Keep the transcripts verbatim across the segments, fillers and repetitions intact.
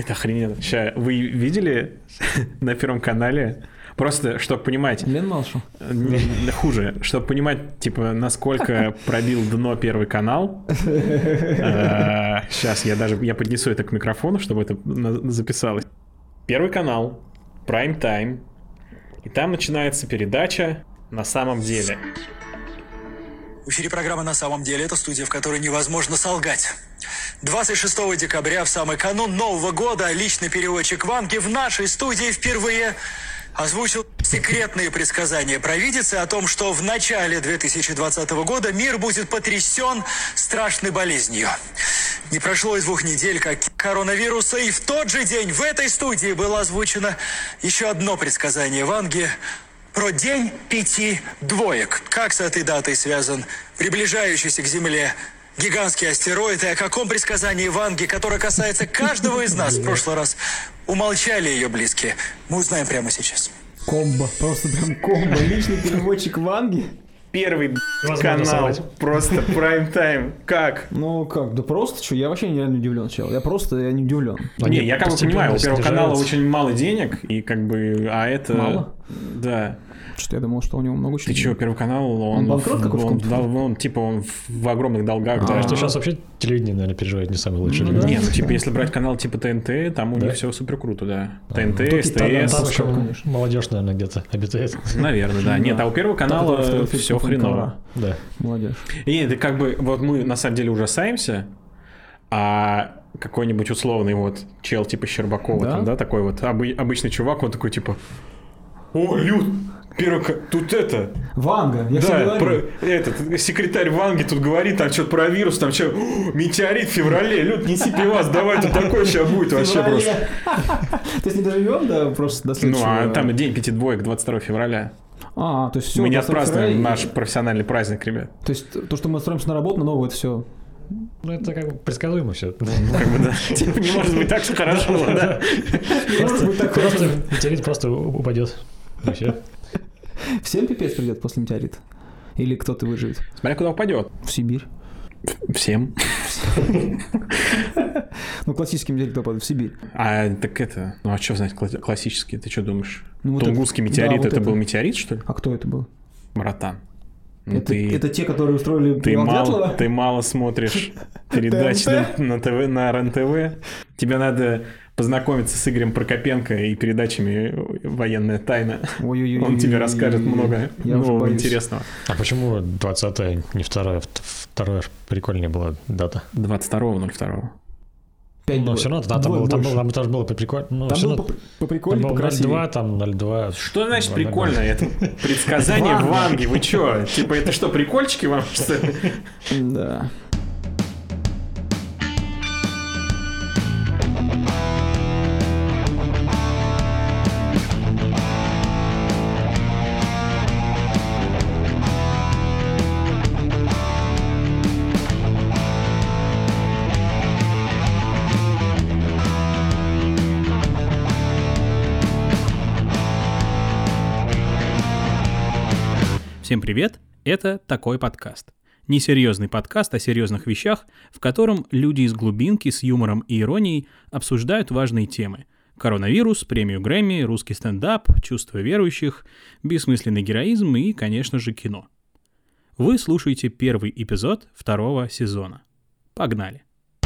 Это охрененно. Сейчас, вы видели на Первом канале? Просто, чтобы понимать... Лен Малышев? Хуже. Чтобы понимать, типа, насколько пробил дно Первый канал. Сейчас я даже я поднесу это к микрофону, чтобы это записалось. Первый канал, Prime Time. И там начинается передача «На самом деле». В эфире программа «На самом деле». Это студия, в которой невозможно солгать. двадцать шестого декабря, в самый канун Нового года, личный переводчик Ванги в нашей студии впервые озвучил секретные предсказания провидицы о том, что в начале две тысячи двадцатого года мир будет потрясен страшной болезнью. Не прошло и двух недель, как коронавируса, и в тот же день в этой студии было озвучено еще одно предсказание Ванги про день пяти двоек. Как с этой датой связан приближающийся к Земле гигантский астероид, и о каком предсказании Ванги, которое касается каждого из нас, в прошлый раз умолчали ее близкие, мы узнаем прямо сейчас. Комбо, просто прям комбо. Личный переводчик Ванги. Первый канал, просто Prime Time. Как? Ну как, да просто, что, я вообще нереально удивлен, чел. Я просто я не удивлен. Не, я как бы понимаю, у Первого канала очень мало денег, и как бы, а это... Мало? Да. Что-то я думал, что у него много чего. Ты что, Первый канал, он... Он банкрот какой-то? Он, да, он, типа, он в огромных долгах. Да, Да, что сейчас вообще телевидение, наверное, переживает не самый лучший. Ну, да. Не, ну типа, если брать канал типа ТНТ, там у Да? них все супер круто, да. А, ТНТ, ну, СТС. Там, там еще конечно. молодежь, наверное, где-то обитает. Наверное, да. Нет, а у Первого канала все хреново. Да. Молодежь. И это как бы, вот мы на самом деле ужасаемся, а какой-нибудь условный вот чел типа Щербакова, Да? там, да, такой вот обы- обычный чувак, он такой типа: «О, Люд, Первый, ка- тут это, Ванга, я все да, говорю. про, этот секретарь Ванги тут говорит, там что-то про вирус, там что, метеорит в феврале, Люд, неси пивас, давай, тут такое сейчас будет вообще просто». То есть не доживем, да, просто до Ну, следующего... а там день пяти двоек, двадцать второго февраля. А, то есть все. Мы не отпразднуем наш профессиональный праздник, ребят. То есть то, что мы строимся на работу, на новую, это все. Ну, это как бы предсказуемо все. Ну, как бы, да. Типа, не может быть так, что хорошо, да. Не может быть так Просто метеорит просто упадет. И все. Всем пипец придет после метеорита? Или кто-то выживет? Смотря куда упадет. В Сибирь. Всем. Ну, классический метеорит кто падает? В Сибирь. А так это, ну а что знать кла- классический? Ты что думаешь? Ну, вот Тунгусский это- метеорит, да, вот это, это. был метеорит, что ли? А кто это был? Братан. Ну, это, ты, это те, которые устроили ты, привал мало, Дятлова? ты мало смотришь передачи на, на ТВ, на РЕН-ТВ. Тебе надо познакомиться с Игорем Прокопенко и передачами «Военная тайна». Ой-ой-ой. Он тебе расскажет много Я уже нового боюсь. интересного. А почему двадцатое, не второе? Второе прикольнее была дата. двадцать второго ноль второго. Пять Но двоек. все равно там, Двоек было, там, больше. было, там тоже было прикольно. Ну, Там всё было равно- по, по прикольнее, там по было красивее. ноль два, там ноль два. Что значит Ноль два. прикольно? Это предсказание Ванга. Ванги. Вы что? Типа, это что, прикольчики вам, что ли? Да. Всем привет, это «Такой подкаст». Несерьезный подкаст о серьезных вещах, в котором люди из глубинки с юмором и иронией обсуждают важные темы. Коронавирус, премию Грэмми, русский стендап, чувства верующих, бессмысленный героизм и, конечно же, кино. Вы слушаете первый эпизод второго сезона. Погнали!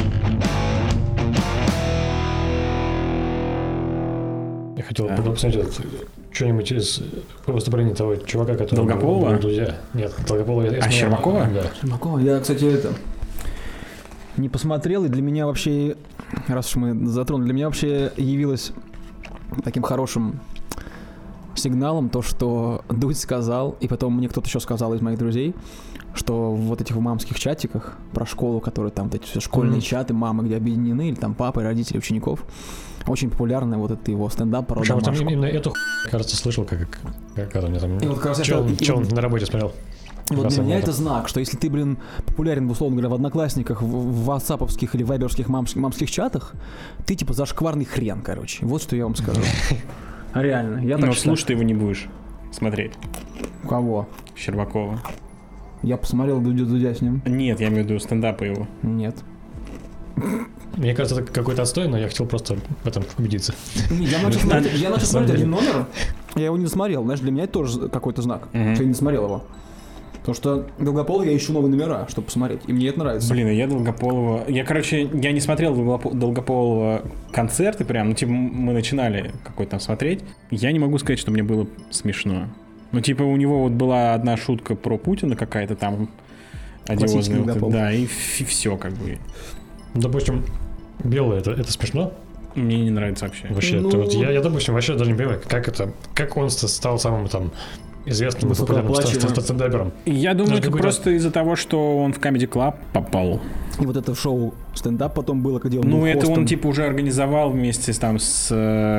Я хотел Да. бы посмотреть что-нибудь из выступления того чувака, который... Долгополова? был «Друзья». Нет, Долгополова. я А смотрел. Щербакова? Да. Щербакова. Я, кстати, это не посмотрел, и для меня вообще, раз уж мы затронули, для меня вообще явилось таким хорошим сигналом то, что Дудь сказал, и потом мне кто-то еще сказал из моих друзей, что в вот этих мамских чатиках про школу, которые там вот эти все школьные Mm. чаты, мамы, где объединены, или там папы, родители учеников, очень популярный вот этот его стендап про Причем там домашку. именно эту ху**, кажется, слышал, как, как, как это мне там... И вот как раз Че это- он, и че вот- он на работе смотрел? И вот Раз для он меня это- это знак, что если ты, блин, популярен, условно говоря, в одноклассниках, в, в ватсаповских или вайберских мамских, мамских чатах, ты типа зашкварный хрен, короче. Вот что я вам скажу. Реально, я так Но считаю. слушай, ты его не будешь смотреть. У кого? Щербакова. Я посмотрел Дудя, Дудя с ним. Нет, я имею в виду стендапы его. Нет. Мне кажется, это какой-то отстой, но я хотел просто в этом убедиться. Я начал смотреть, я начал смотреть один номер, я его не досмотрел. Знаешь, для меня это тоже какой-то знак, что я не досмотрел его. Потому что Долгополов я ищу новые номера, чтобы посмотреть, и мне это нравится. Блин, а я Долгополова... Я, короче, я не смотрел Долгополова концерты прям, ну, типа, мы начинали какой-то там смотреть. Я не могу сказать, что мне было смешно. Ну, типа, у него вот была одна шутка про Путина какая-то там одиозная. Вот, да, и, и все, как бы. Допустим, белое, это, это смешно? Мне не нравится вообще. Вообще, ну... вот я, я, допустим, вообще даже не понимаю, как это, как он стал самым там известным популярным стендапером. Я думаю, это просто из-за того, что он в Comedy Club попал. И вот это шоу стендап потом было, где он Ну, был это хостом. он типа уже организовал вместе с, там, с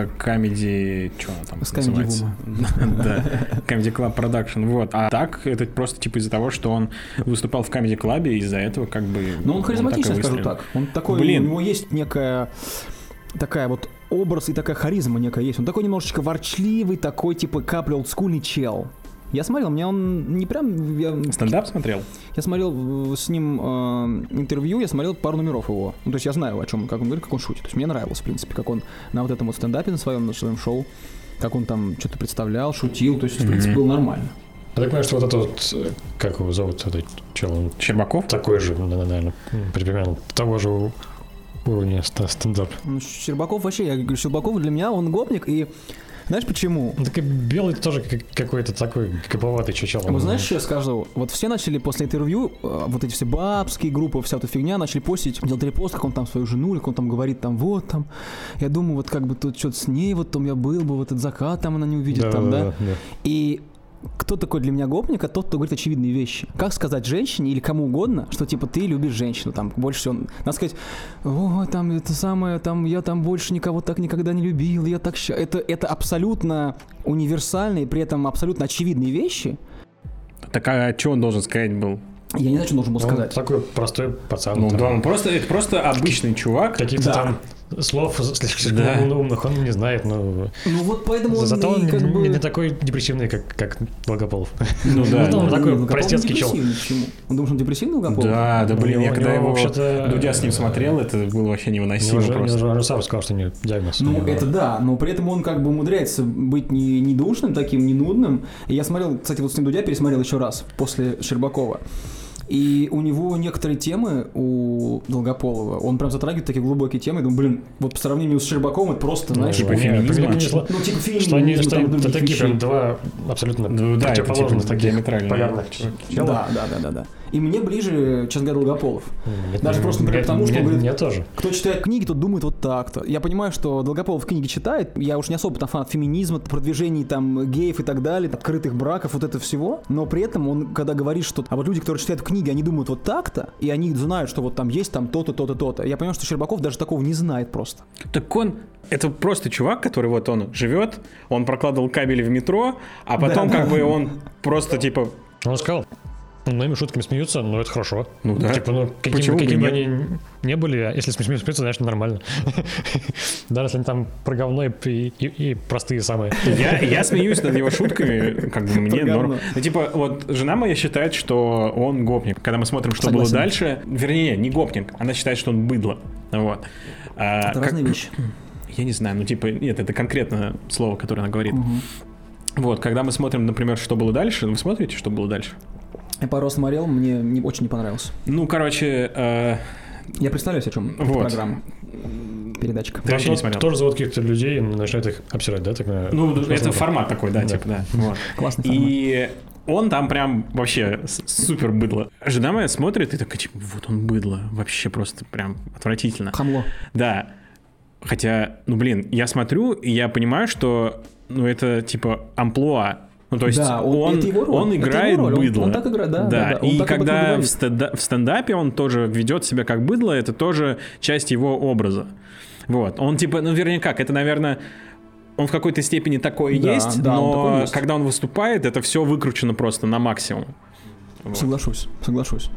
Comedy... Что она там с называется? Да, Comedy Club Production, вот. А так, это просто типа из-за того, что он выступал в Comedy Club, и из-за этого как бы... Ну, он харизматичный, скажу так. Он такой, Блин. у него есть некая... такая вот образ и такая харизма некая есть. Он такой немножечко ворчливый, такой типа капля олдскульный чел. Я смотрел, мне он не прям... Я, стендап смотрел? Я смотрел с ним э, интервью, я смотрел пару номеров его. Ну, то есть я знаю, о чем, как он говорит, как он шутит. То есть мне нравилось, в принципе, как он на вот этом вот стендапе, на своем, на своем шоу, как он там что-то представлял, шутил. То есть, в принципе, было нормально. Я так понимаю, что вот это вот, как его зовут, этот чел? Он Щербаков? Такой же, наверное, примерно того же уровня стендап. Ну, Щербаков вообще, я говорю, Щербаков для меня, он гопник, и знаешь почему? Ну, так и белый тоже какой-то такой каповатый чучел. Вот знаешь, что я скажу? Вот все начали после интервью, вот эти все бабские группы, вся эта фигня, начали постить, делать репост, как он там свою жену, как он там говорит, там, вот там, я думаю, вот как бы тут что-то с ней, вот там я был бы, вот этот закат там она не увидит, да, там, да? да? да. И кто такой для меня гопник? А тот, кто говорит очевидные вещи. Как сказать женщине или кому угодно, что типа ты любишь женщину, там больше всего. Надо сказать, о, там это самое, там я там больше никого так никогда не любил, я так ща... Это, это абсолютно универсальные, при этом абсолютно очевидные вещи. Так а что он должен сказать был? Я не знаю, что он должен был сказать. Он такой простой пацан. Ну там. да, он просто, это просто обычный чувак. Каких-то да. там слов слишком да. умных он не знает, но... Ну вот поэтому он Зато он как не, бы... не такой депрессивный, как, как Долгополов. Ну да. Ну, он такой ну, простецкий чел. Почему? Он думал, что он депрессивный Долгополов? Да, да, блин, я когда его вообще-то... Дудя с ним смотрел, это было вообще невыносимо просто. Он сам сказал, что не диагноз. Ну это да, но при этом он как бы умудряется быть не, не душным таким, не нудным. И я смотрел, кстати, вот с ним Дудя пересмотрел еще раз после Щербакова. И у него некоторые темы, у Долгополова, он прям затрагивает такие глубокие темы. Я думаю, блин, вот по сравнению с Щербаковым это просто, ну, знаешь, типа феминизма. Ну, типа феминизма. Что они, что это такие прям два абсолютно ну, да, противоположных типа, таких полярных. Да, да, да, да, да. И мне ближе, честно говоря, Долгополов. Нет, Даже просто, например, потому, что он говорит, мне тоже. Кто читает книги, тот думает вот так-то. Я понимаю, что Долгополов книги читает, я уж не особо там фанат феминизма, продвижений там геев и так далее, открытых браков, вот это всего, но при этом он, когда говорит, что а вот люди, которые читают книги, они думают вот так-то, и они знают, что вот там есть там то-то, то-то, то-то. Я понимаю, что Щербаков даже такого не знает просто. Так он... Это просто чувак, который вот он живет, он прокладывал кабели в метро, а потом да, как да. бы он просто типа... Он сказал... Моими шутками смеются, но это хорошо. Ну да. Типа, ну, какими, какими бы они не были, а если смеются, значит, нормально. Даже если они там про говно и, и, и простые самые. Я, я смеюсь над его шутками, как бы мне норм. Ну, типа, вот жена моя считает, что он гопник. Когда мы смотрим, что Согласен. было дальше, вернее, не гопник, она считает, что он быдло. Вот. А, это как... разные вещи. Я не знаю, ну типа, нет, это конкретно слово, которое она говорит. Угу. Вот, когда мы смотрим, например, что было дальше, вы смотрите, что было дальше? Я пару раз смотрел, мне не, очень не понравилось. Ну, короче... Э... Я представляю себе, о чем вот. программа. Передачка. Ты вообще не смотрел? Тоже зовут каких-то людей и начинает их обсирать, да? Так, ну, это смотрел. Формат такой, да, да. типа, да. Вот. Классный формат. И он там прям вообще супер быдло. Жена моя смотрит и такая, типа, вот он быдло. Вообще просто прям отвратительно. Хамло. Да. Хотя, ну, блин, я смотрю, и я понимаю, что, ну, это, типа, амплуа. Ну, то есть да, он, он, он играет быдло. Он, он так играет, да. да. да, да. И когда в, стенда- в стендапе он тоже ведет себя как быдло, это тоже часть его образа. Вот. Он типа, ну, вернее, как, это, наверное, он в какой-то степени такое да, есть, да, но он есть. Когда он выступает, это все выкручено просто на максимум. Вот. Соглашусь, соглашусь.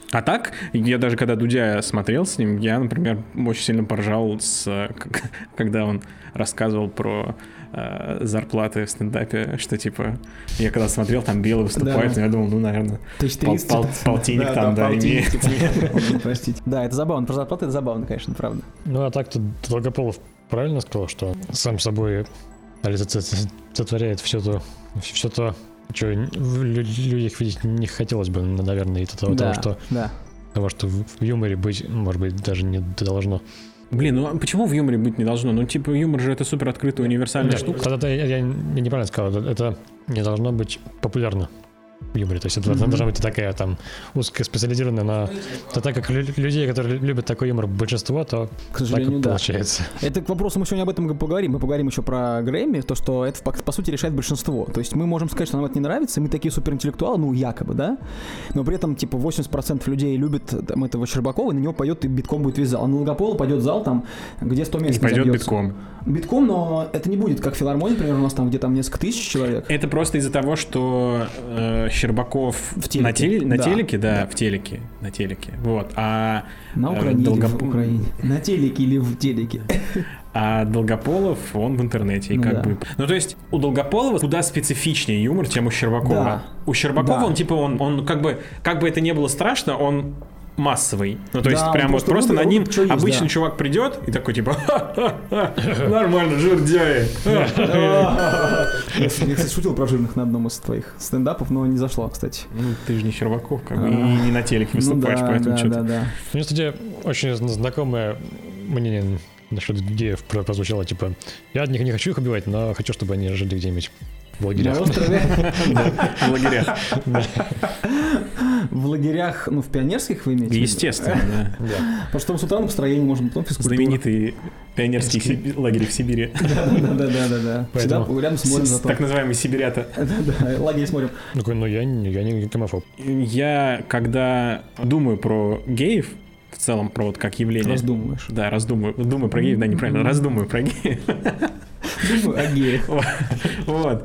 А так, я даже когда Дудя смотрел с ним, я, например, очень сильно поржал, с, когда он рассказывал про э, зарплаты в стендапе, что типа, я когда смотрел, там Белый выступает, да. Я думал, ну, наверное, пол, пол, полтинник да, там, да, да имеет. Простите. Да, это забавно, про зарплаты это забавно, конечно, правда. Ну, а так-то Долгополов правильно сказал, что сам собой олицетворяет все то, все то, что в людях видеть не хотелось бы, наверное, из-за того, да, что, да. того, что в юморе быть, может быть, даже не должно. Блин, ну а почему в юморе быть не должно? Ну, типа, юмор же это супер открытая универсальная Нет, штука. Тогда я, я неправильно сказал, это не должно быть популярно в юморе. То есть это mm-hmm. должна быть такая там узкоспециализированная, но то, так как лю- людей, которые любят такой юмор, большинство, то к сожалению, так да. получается. Это к вопросу, мы сегодня об этом поговорим. Мы поговорим еще про Грэмми, то, что это, по, по сути, решает большинство. То есть мы можем сказать, что нам это не нравится, мы такие суперинтеллектуалы, ну, якобы, да? Но при этом, типа, восемьдесят процентов людей любят там, этого Щербакова, и на него пойдет и битком будет весь зал. А на Долгопола пойдет зал, там, где сто мест не пойдет забьется. битком. Битком, но это не будет как филармония, например, у нас там, где там несколько тысяч человек. Это просто из-за того, что э, Щербаков в телеке. На, теле, на да. телеке, да, да, в телеке, на телеке, вот, а... На Украине Долгоп... или в Украине? На телеке или в телеке? А Долгополов, он в интернете, и ну, как да. бы... Ну, то есть, у Долгополова куда специфичнее юмор, чем у Щербакова. Да. У Щербакова, да. он, типа, он, он как бы, как бы это ни было страшно, он массовый. Ну, то есть, да, прям вот просто над ним есть, обычный да. чувак придет и такой, типа, нормально, жирдяи. Я, кстати, шутил про жирных на одном из твоих стендапов, но не зашло, кстати. Ну, ты же не Щербаков, как бы, и не на телеке выступаешь, поэтому что-то... У меня, кстати, очень знакомое мнение насчет геев прозвучало, типа, я от них не хочу их убивать, но хочу, чтобы они жили где-нибудь в лагерях. В лагерях. В лагерях, ну, в пионерских вы имеете? Естественно, да. Потому что с утра на построении можно потом физкультуру. Знаменитый пионерский лагерь в Сибири. Да-да-да. Всегда рядом с морем зато. Так называемый сибирята. Да, лагерь с морем. Ну, я не гомофоб. Я, когда думаю про геев, в целом про вот как явление... Раздумываешь. Да, раздумываю. Думаю про геев, да, неправильно. Раздумываю про геев. Думаю о геях. Вот.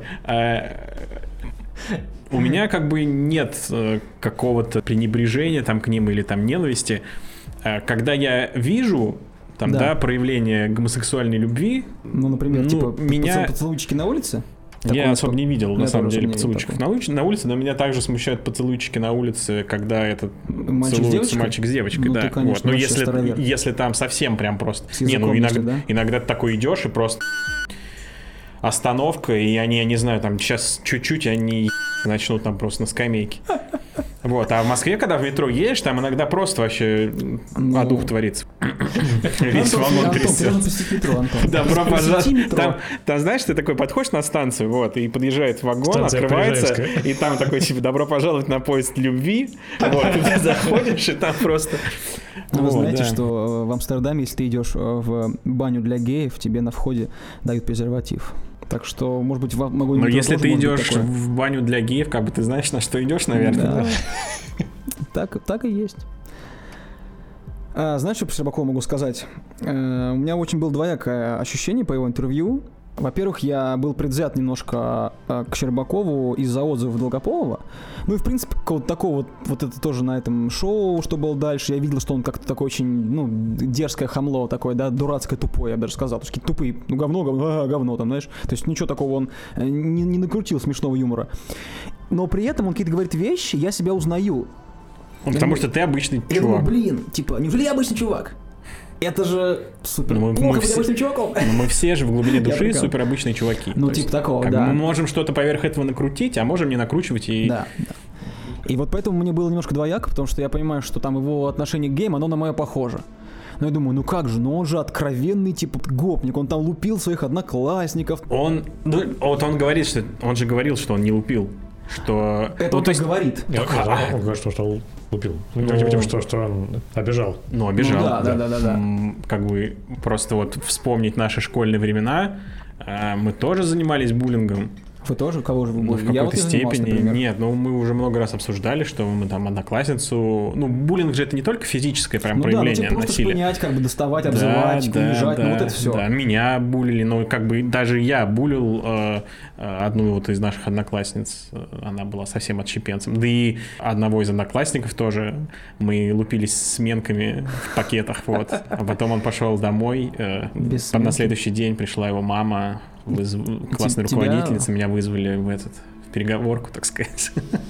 У меня как бы нет какого-то пренебрежения там к ним или там ненависти. Когда я вижу там, да, да проявление гомосексуальной любви... Ну, например, ну, типа меня... поцелуйчики на улице? Я особо не видел, на самом деле, поцелуйчиков на улице, на улице, но меня также смущают поцелуйчики на улице, когда этот мальчик целуется мальчик с девочкой, ну, да. Ты, конечно, вот. Но если, если там совсем прям просто... Не, ну иногда, да? иногда ты такой идешь и просто остановка, и они, я не знаю, там сейчас чуть-чуть они начнут там просто на скамейке. Вот, а в Москве, когда в метро едешь, там иногда просто вообще ну... адух творится. Весь вагон трясет. Добро пожаловать. Там, там, знаешь, ты такой подходишь на станцию, вот, и подъезжает вагон, открывается, и там такой, типа, добро пожаловать на поезд любви. Вот, и ты заходишь, и там просто... Вы знаете, что в Амстердаме, если ты идешь в баню для геев, тебе на входе дают презерватив. Так что, может быть, могу... Но если ты идешь в баню для геев, как бы ты знаешь, на что идешь, наверное. Да. Так, так и есть. А, знаешь, что про Щербакова могу сказать? А, у меня очень было двоякое ощущение по его интервью. Во-первых, я был предвзят немножко а, к Щербакову из-за отзывов Долгополова. Ну и, в принципе, вот такого вот, вот это тоже на этом шоу, что было дальше, я видел, что он как-то такой очень, ну, дерзкое хамло такое, да, дурацкое, тупое, я бы даже сказал. То есть какие-то тупые, ну, говно, говно, а, говно там, знаешь. То есть ничего такого он не, не накрутил смешного юмора. Но при этом он какие-то говорит вещи, я себя узнаю. Ну, потому что ты обычный я чувак. Думаю, блин, типа, неужели я обычный чувак? Это же супер ну, мы, плохо мы быть все, обычным чуваком. Мы все же в глубине души супер обычные чуваки. Ну, То типа есть, такого, да. Мы можем что-то поверх этого накрутить, а можем не накручивать и... Да, да. И вот поэтому мне было немножко двояко, потому что я понимаю, что там его отношение к гейм, оно на мое похоже. Но я думаю, ну как же, ну он же откровенный типа гопник, он там лупил своих одноклассников. Он, ну, вот он говорит, что, он же говорил, что он не лупил. Что... Это ну, он то есть... говорит. Нет, а, он говорит, что, что лупил. Ну, ну, тем, что, что он обижал. Ну, обижал. Ну, да, да, да, да, да. Как бы просто вот вспомнить наши школьные времена. Мы тоже занимались буллингом. Вы тоже? Кого же вы Ну, в булили? Я какой-то вот не занимался, степени. например. Нет, ну мы уже много раз обсуждали, что мы там одноклассницу... Ну, буллинг же это не только физическое прям Ну да, ну проявление типа просто насилия. шпынять, как бы доставать, обзывать, да, унижать, да, ну вот это все. Да, меня булили, ну как бы даже я булил э, одну вот из наших одноклассниц, она была совсем отщепенцем, да и одного из одноклассников тоже, мы лупились сменками в пакетах, вот, а потом он пошел домой, э, Без на сменки? следующий день пришла его мама, выз... классная тебя- руководительница, меня вызвали в этот, в переговорку, так сказать.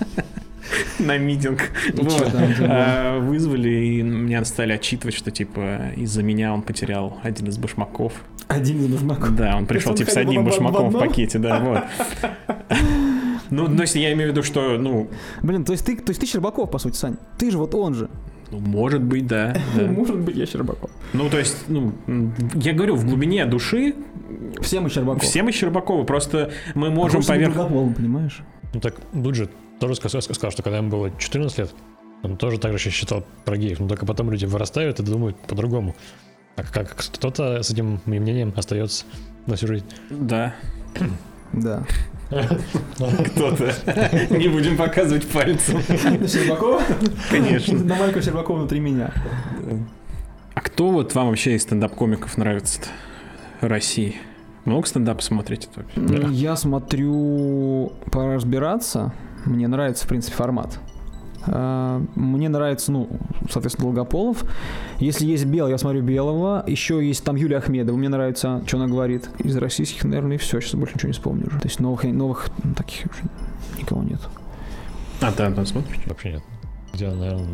На митинг. И Вот. чё там было? А, вызвали, и меня стали отчитывать, что типа из-за меня он потерял один из башмаков. Один из башмаков. Да, он пришел он типа с ходил одним в- в башмаком в одном? пакете, да, вот. Ну, то есть я имею в виду, что, ну, Блин, то есть ты, то есть ты Щербаков, по сути, Сань. Ты же вот он же. ну, может быть, да. да. Может быть, я Щербаков. Ну, то есть, ну, я говорю, в глубине души Все мы Щербаков. все мы Щербаковы, просто мы можем Просто мы поверх... Долгополовым, понимаешь? Ну так Дуджи тоже сказал, сказал, что когда ему было четырнадцать лет, он тоже так же считал про геев, но только потом люди вырастают и думают по-другому. А как кто-то с этим моим мнением остается на всю жизнь. Да, Да. кто-то. Не будем показывать пальцем. На Щербакова? Конечно. На Майку Щербакова внутри меня. А кто вот вам вообще из стендап-комиков нравится-то в России? Много стендапа смотрите вообще? Ну, Я смотрю, пора разбираться. Мне нравится, в принципе, формат. А, Мне нравится, ну, соответственно, Долгополов. Если есть Белый, я смотрю Белого. Еще есть там Юлия Ахмедова. Мне нравится, что она говорит. Из российских, наверное, и все. Сейчас больше ничего не вспомню уже. То есть новых, новых ну, таких уже никого нет. А, ты, Антон, смотришь? Вообще нет. Я, наверное,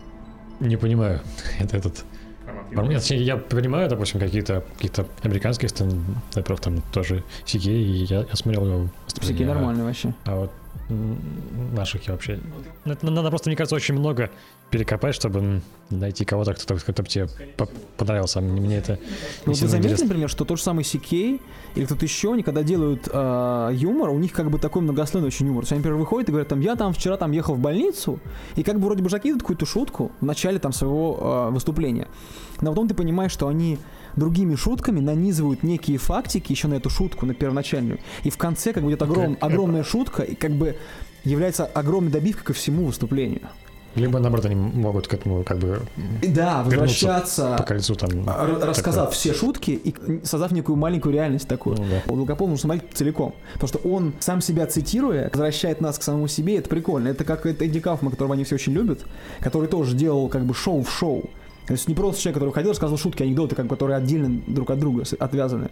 не понимаю это, этот формат. Точнее, я понимаю, допустим, какие-то какие-то американские стендаперов, там тоже Сикей, и я, я смотрел его выступления. Всякие нормальные вообще. А вот м, наших я вообще... Это надо просто, мне кажется, очень много перекопать, чтобы найти кого-то, кто, кто бы тебе по- понравился. А Мне, мне это не Ну, ты сильно заметил, интересно. например, что тот же самый Сикей или кто-то еще, они когда делают э, юмор, у них как бы такой многослойный очень юмор. То есть они, например, выходят и говорят, там, я там вчера там ехал в больницу, и как бы вроде бы закидывают какую-то шутку в начале там своего э, выступления. Но потом ты понимаешь, что они другими шутками нанизывают некие фактики еще на эту шутку, на первоначальную. И в конце как бы идет огром, огромная шутка, и как бы является огромной добивкой ко всему выступлению. Либо, наоборот, они могут к этому как бы И да, вернуться возвращаться... по кольцу там. Р- рассказав такое. все шутки и создав некую маленькую реальность такую. Ну, да. У Долгополова нужно смотреть целиком. Потому что он, сам себя цитируя, возвращает нас к самому себе. Это прикольно. Это как Эдди Кауфман, которого они все очень любят, который тоже делал как бы шоу в шоу. То есть не просто человек, который ходил, рассказывал шутки, анекдоты, как бы, которые отдельно друг от друга с- отвязаны.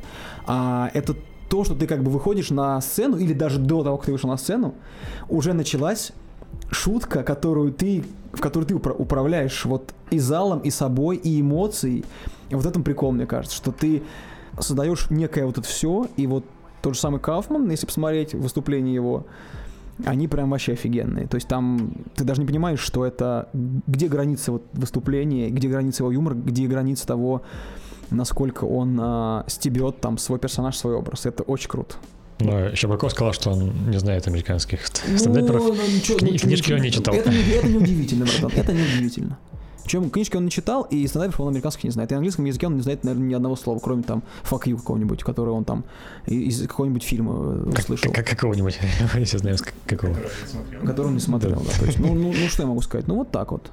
А это то, что ты как бы выходишь на сцену, или даже до того, как ты вышел на сцену, уже началась шутка, которую ты, в которой ты упра- управляешь вот и залом, и собой, и эмоцией. И вот в этом прикол, мне кажется, что ты создаешь некое вот это все, и вот тот же самый Кауфман, если посмотреть выступление его, они прям вообще офигенные. То есть там ты даже не понимаешь, что это, где граница вот выступления, где граница его юмора, где граница того, насколько он а, стебет там свой персонаж, свой образ. Это очень круто. Но Щербаков сказал, что он не знает американских ст- стендаперов. Ну, ну, ничего, Кни- ну, книжки ничего, он не читал. Это, не- это не удивительно, братан. Это не удивительно. Чем книжки он не читал, и стендаперов он американских не знает. И на английском языке он не знает, наверное, ни одного слова, кроме там fuck you какого-нибудь, который он там из какого-нибудь фильма Как- услышал. как- Какого-нибудь. Я все знаю, с какого. Который он не смотрел, да. То есть, ну, ну, ну, что я могу сказать? Ну, вот так вот.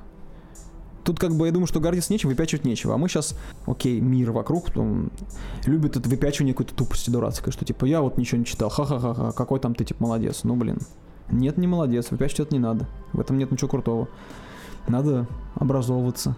Тут как бы я думаю, что гордиться нечем, выпячивать нечего. А мы сейчас, окей, мир вокруг он любит это выпячивание какой-то тупости дурацкой, что типа я вот ничего не читал, ха-ха-ха-ха, какой там ты типа молодец. Ну, блин. Нет, не молодец, выпячивать это не надо. В этом нет ничего крутого. Надо образовываться.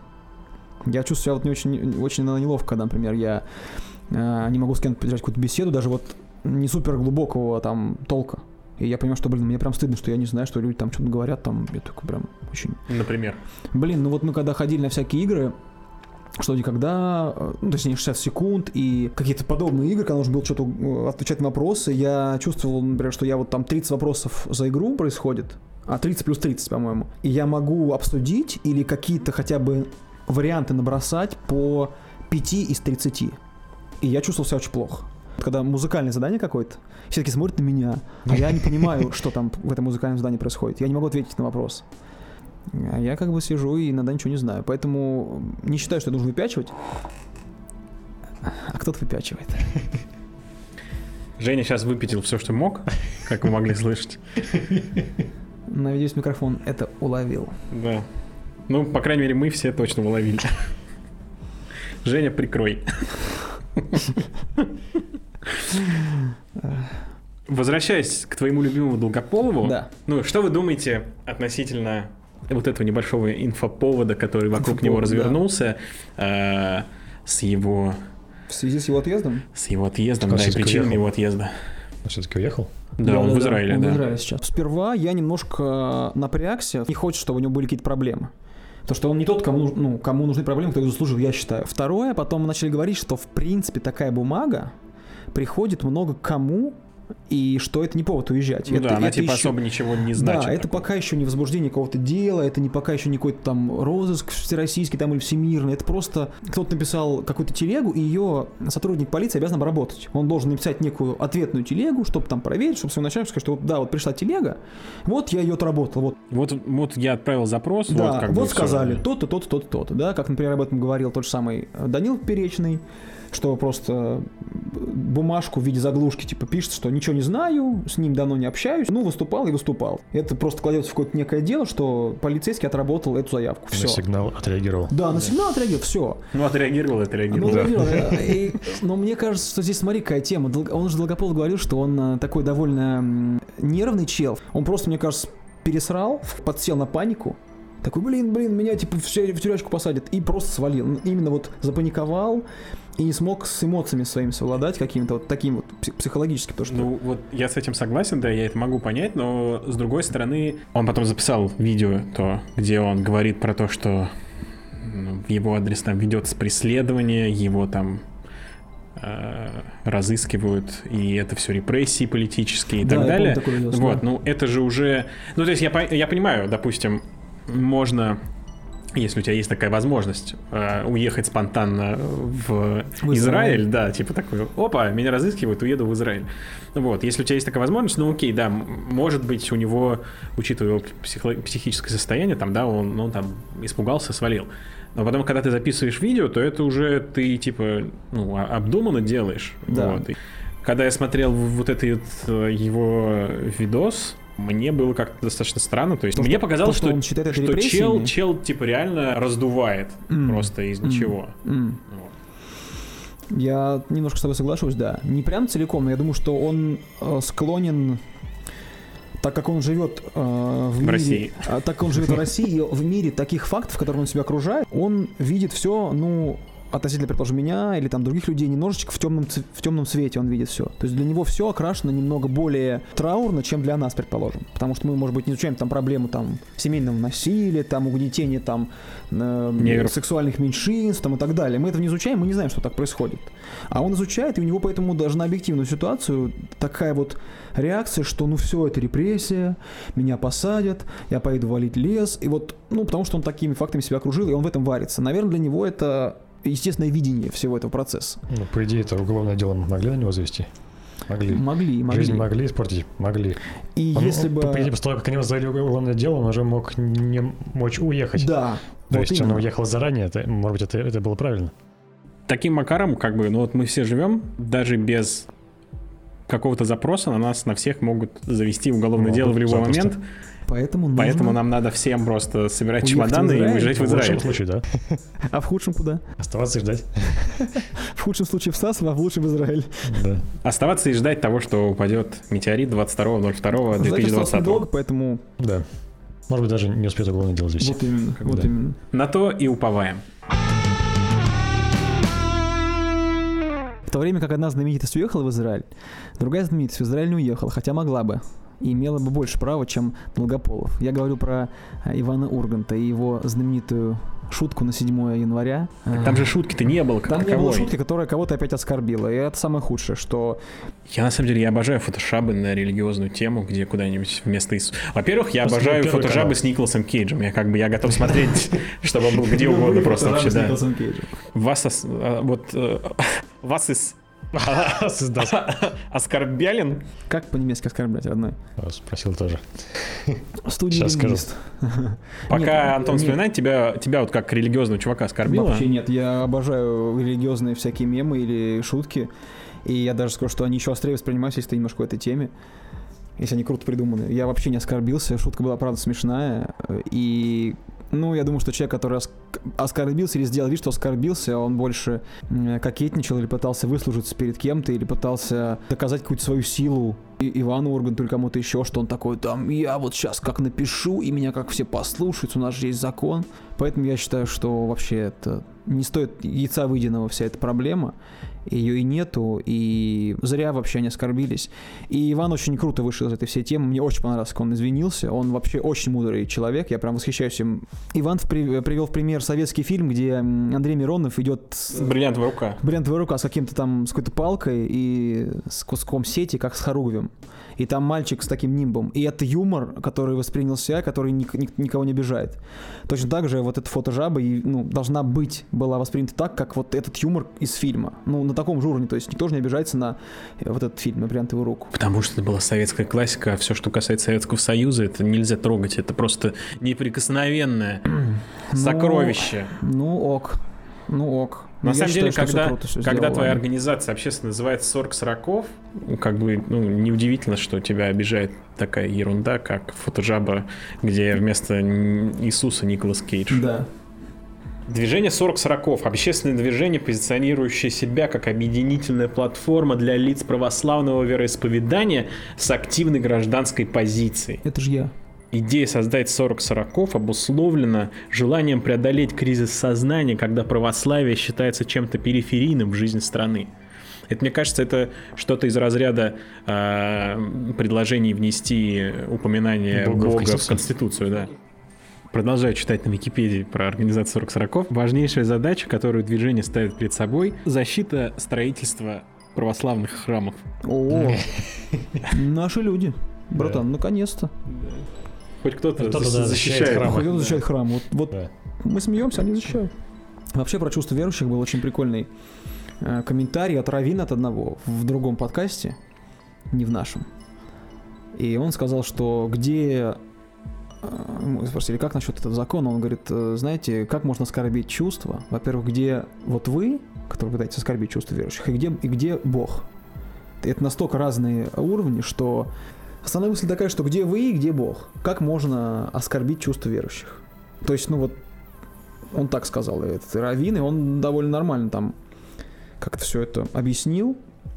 Я чувствую себя вот не очень, очень наверное, неловко, когда, например, я э, не могу с кем-то поддержать какую-то беседу, даже вот не супер глубокого там толка. И я понимаю, что, блин, мне прям стыдно, что я не знаю, что люди там что-то говорят, там, я такой прям очень... Например. Блин, ну вот мы когда ходили на всякие игры, что никогда, ну, точнее, шестьдесят секунд и какие-то подобные игры, когда нужно было что-то э, отвечать на вопросы, я чувствовал, например, что я вот там тридцать вопросов за игру происходит, а тридцать плюс тридцать, по-моему, и я могу обсудить или какие-то хотя бы варианты набросать по пяти из тридцати. И я чувствовал себя очень плохо. Когда музыкальное задание какое-то, все таки смотрят на меня, а я не понимаю, что там в этом музыкальном задании происходит. Я не могу ответить на вопрос. А я как бы сижу и иногда ничего не знаю. Поэтому не считаю, что я должен выпячивать. А кто-то выпячивает. Женя сейчас выпятил все, что мог, как вы могли слышать. Надеюсь, микрофон это уловил. Да. Ну, по крайней мере, мы все точно уловили. Женя, прикрой. Возвращаясь к твоему любимому Долгополову, да. Ну, что вы думаете относительно вот этого небольшого инфоповода, который вокруг Инфоповод, него развернулся, да. э, с его... В связи с его отъездом? С его отъездом, он да, и причинами его отъезда. Он все-таки уехал? Да, да он да, в Израиле, он да. в Израиле сейчас. Сперва я немножко напрягся, не хочет, чтобы у него были какие-то проблемы. Потому что он не тот, кому, ну, кому нужны проблемы, кто их заслужил, я считаю. Второе, потом мы начали говорить, что в принципе такая бумага приходит много кому, и что это не повод уезжать. Ну это, да, она это типа еще... особо ничего не значит. Да, это такого. пока еще не возбуждение какого-то дела, это не пока еще не какой-то там розыск всероссийский там или всемирный, это просто кто-то написал какую-то телегу, и ее сотрудник полиции обязан обработать. Он должен написать некую ответную телегу, чтобы там проверить, чтобы своему начальнику сказать, что вот, да, вот пришла телега, вот я ее отработал. Вот, вот, вот я отправил запрос, да, вот как вот бы сказали, все. то-то, то-то, то-то, то-то, да, как, например, об этом говорил тот же самый Данил Перечный, что просто бумажку в виде заглушки типа пишет, что ничего не знаю, с ним давно не общаюсь, ну, выступал и выступал. Это просто кладется в какое-то некое дело, что полицейский отработал эту заявку. Все. На сигнал отреагировал. Да, на сигнал отреагировал, все. Ну, отреагировал, отреагировал. Ну, да. и, но мне кажется, что здесь, смотри, какая тема. Он же Долгополов говорил, что он такой довольно нервный чел. Он просто, мне кажется, пересрал, подсел на панику. Такой, блин, блин, меня типа в тюрячку посадят. И просто свалил. Именно вот запаниковал и не смог с эмоциями своими совладать каким-то вот таким вот психологическим. То, что... Ну вот я с этим согласен, да, я это могу понять, но с другой стороны, он потом записал видео, то, где он говорит про то, что ну, в его адрес там ведется преследование, его там э, разыскивают, и это все репрессии политические и да, так далее. Видео, вот, да. Ну это же уже... Ну то есть я, я понимаю, допустим, можно... Если у тебя есть такая возможность э, уехать спонтанно в, в Израиль, да, типа такой, опа, меня разыскивают, уеду в Израиль. Вот, если у тебя есть такая возможность, ну окей, да, может быть у него, учитывая его психо- психическое состояние, там, да, он, ну, там, испугался, свалил. Но потом, когда ты записываешь видео, то это уже ты, типа, ну, обдуманно делаешь. Да. Вот. И когда я смотрел вот этот его видос, мне было как-то достаточно странно. То есть то, мне что, показалось, то, что, что, что чел, чел типа реально раздувает mm. просто из ничего. Mm. Вот. Я немножко с тобой соглашусь, да. Не прям целиком, но я думаю, что он э, склонен, так как он живет э, в, в мире, России. А, так как он живет в России, и в мире таких фактов, которыми он себя окружает, он видит все, ну, относительно, предположим, меня или там других людей, немножечко в темном, в темном свете он видит все. То есть для него все окрашено немного более траурно, чем для нас, предположим. Потому что мы, может быть, не изучаем там проблему там семейного насилия, там угнетения там э, сексуальных меньшинств там, и так далее. Мы этого не изучаем, мы не знаем, что так происходит. А он изучает, и у него поэтому даже на объективную ситуацию такая вот реакция, что ну все, это репрессия, меня посадят, я поеду валить лес. И вот, ну, потому что он такими фактами себя окружил, и он в этом варится. Наверное, для него это естественное видение всего этого процесса. Ну, по идее, это уголовное дело могли на него завести? Могли. Могли, могли. Жизнь могли испортить? Могли. И он, если он, бы... По идее, после того, как они его завели уголовное дело, он уже мог не мочь уехать. Да. То вот есть именно. он уехал заранее, это, может быть, это, это было правильно. Таким макаром, как бы, ну вот мы все живем, даже без какого-то запроса на нас, на всех могут завести уголовное могут, дело в любой запросто. момент. Поэтому, нужно... Поэтому нам надо всем просто собирать чемоданы и уезжать в Израиль. В лучшем случае, да. А в худшем куда? Оставаться и ждать. В худшем случае в САС, а в лучшем в Израиль. Да. Оставаться и ждать того, что упадет метеорит двадцать второго ноль второго две тысячи двадцатого. Долго, поэтому... Да. Может быть, даже не успеет уголовное дело завести. Вот именно, вот да. именно. На то и уповаем. В то время как одна знаменитость уехала в Израиль, другая знаменитость в Израиль не уехала, хотя могла бы. И имела бы больше права, чем Долгополов. Я говорю про Ивана Урганта и его знаменитую шутку на седьмое января. Так там же шутки-то не было, как Там таковой. не было шутки, которая кого-то опять оскорбила. И это самое худшее, что... Я, на самом деле, я обожаю фотошабы на религиозную тему, где куда-нибудь вместо Иисуса... Во-первых, я Просто обожаю фотошабы канал. с Николасом Кейджем. Я как бы, я готов смотреть, чтобы он был где угодно просто вообще, да. Вас, вот, вас из... Оскорбялен? Как по-немецки оскорблять, родной? Спросил тоже. Студия лингвист. Пока Антон вспоминает, тебя, тебя вот как религиозного чувака оскорбило? Вообще нет, я обожаю религиозные всякие мемы или шутки. И я даже скажу, что они еще острее воспринимаются, если ты немножко в этой теме. если они круто придуманы. Я вообще не оскорбился, шутка была, правда, смешная. И, ну, я думаю, что человек, который оскорбился или сделал вид, что оскорбился, он больше кокетничал или пытался выслужиться перед кем-то, или пытался доказать какую-то свою силу и Ивану Урганту или кому-то еще, что он такой, там, я вот сейчас как напишу, и меня как все послушают, у нас же есть закон. Поэтому я считаю, что вообще это не стоит яйца выеденного вся эта проблема. Ее и нету, и зря вообще они оскорбились. И Иван очень круто вышел из этой всей темы. Мне очень понравилось, как он извинился. Он вообще очень мудрый человек, я прям восхищаюсь им. Иван привел в пример советский фильм, где Андрей Миронов идет... Бриллиантовая рука. Бриллиантовая рука с каким-то там, с какой-то палкой и с куском сети, как с хоругвем. И там мальчик с таким нимбом. И это юмор, который воспринялся, который ник- ник- никого не обижает. Точно так же вот эта фотожаба, ну, должна быть, была воспринята так, как вот этот юмор из фильма. Ну, на таком же уровне. То есть никто же не обижается на вот этот фильм, на «Бриллиантовую руку». Потому что это была советская классика, а все, что касается Советского Союза, это нельзя трогать. Это просто неприкосновенное сокровище. Ну, ок. Ну, ок. На Я самом считаю, деле, когда, круто, когда твоя ладно. организация общественно называется сорок сороков, как бы, ну, неудивительно, что тебя обижает такая ерунда, как фотожаба, где вместо Иисуса Николас Кейдж. Да. Движение сорок сороков – общественное движение, позиционирующее себя как объединительная платформа для лиц православного вероисповедания с активной гражданской позицией. Это же я. Идея создать сорок сороков обусловлена желанием преодолеть кризис сознания, когда православие считается чем-то периферийным в жизни страны. Это, мне кажется, это что-то из разряда э, предложений внести упоминание Бога Бога, в Конституцию. в Конституцию, да. Продолжаю читать на Википедии про организацию сорок сороков. Важнейшая задача, которую движение ставит перед собой – защита строительства православных храмов. О, наши люди. Братан, наконец-то. Хоть кто-то, Кто-то, за- да, защищает защищает храм. храм. Хоть он защищает храм. Вот, вот Да. мы смеемся, они защищают. Вообще про чувство верующих был очень прикольный э, комментарий от Равина, от одного, в другом подкасте, не в нашем. И он сказал, что где... э, Мы спросили, как насчет этого закона? Он говорит, э, знаете, как можно оскорбить чувства? Во-первых, где вот вы, которые пытаетесь оскорбить чувства верующих, и где, и где Бог? Это настолько разные уровни, что... Основная мысль такая, что где вы и где Бог? Как можно оскорбить чувства верующих? То есть, ну вот, он так сказал, этот раввин, и он довольно нормально там как-то все это объяснил.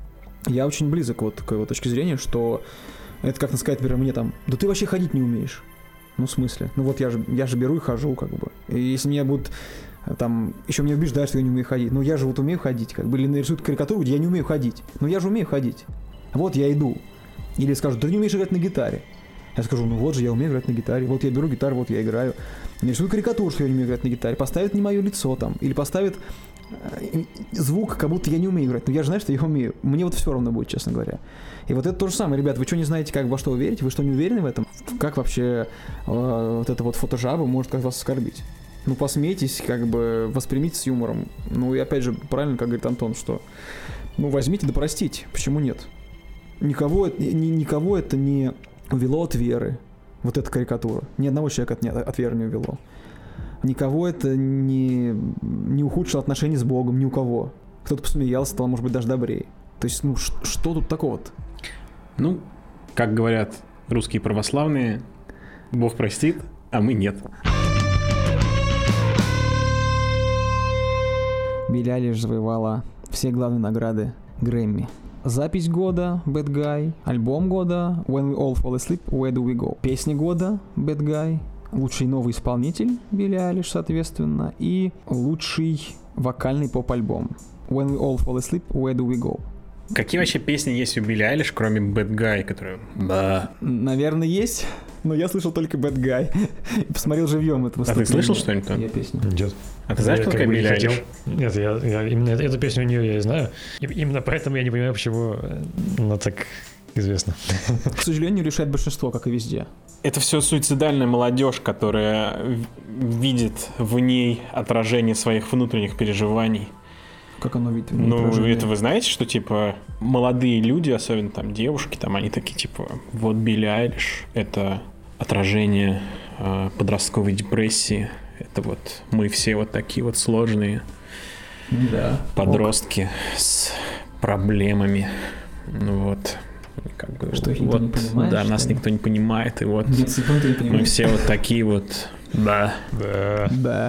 Я очень близок вот к его точке зрения, что это как сказать, например, мне там, да ты вообще ходить не умеешь. Ну, в смысле? Ну вот я же, я же беру и хожу, как бы. И если меня будут там, еще меня убеждают, что я не умею ходить, ну я же вот умею ходить, как бы, или нарисуют карикатуру, где я не умею ходить. Ну я же умею ходить. Вот я иду. Или скажут, да ты не умеешь играть на гитаре. Я скажу, ну вот же, я умею играть на гитаре. Вот я беру гитару, вот я играю. Нарисую карикатуру, что я не умею играть на гитаре. Поставят не мое лицо там. Или поставят э, звук, как будто я не умею играть. Но я же знаю, что я умею. Мне вот все равно будет, честно говоря. И вот это то же самое. Ребят, вы что, не знаете, как, во что вы верите? Вы что, не уверены в этом? Как вообще э, вот эта вот фотожаба может как вас оскорбить? Ну, посмейтесь, как бы воспримите с юмором. Ну, и опять же, правильно, как говорит Антон, что ну, возьмите да простите. Почему нет? Никого, ни, никого это не увело от веры, вот эта карикатура. Ни одного человека от, от веры не увело. Никого это не, не ухудшило отношения с Богом, ни у кого. Кто-то посмеялся, стал, может быть, даже добрее. То есть, ну, ш- что тут такого-то? Ну, как говорят русские православные, Бог простит, а мы нет. Билли Айлиш завоевала все главные награды Грэмми. Запись года Bad Guy, альбом года When We All Fall Asleep, Where Do We Go, песня года Bad Guy, лучший новый исполнитель Билли Айлиш, соответственно, и лучший вокальный поп-альбом When We All Fall Asleep, Where Do We Go. Какие вообще песни есть у Билли Айлиш, кроме Bad Guy, которая... Да. Наверное, есть, но я слышал только Bad Guy. Посмотрел живьем это А выступление. ты слышал что-нибудь там? Я песню. Идет. А ты знаешь, Я кто как такая бы Билли не хотел. Айлиш? Нет, я, я именно эту, эту песню у нее я и знаю. И именно поэтому я не понимаю, почему она так известна. К сожалению, решает большинство, как и везде. Это все суицидальная молодежь, которая в- видит в ней отражение своих внутренних переживаний. Как оно видит. Ну, отражение. это вы знаете, что, типа, молодые люди, особенно там девушки, там они такие, типа, вот Билли Айлиш — это отражение э, подростковой депрессии. Это вот мы все вот такие вот сложные Да. подростки с проблемами. Ну вот. как бы, что их никто вот, не понимает? Да, нас ли? никто не понимает, и вот Нет, секунду не мы понимаю. все вот такие вот, да. Да. Да.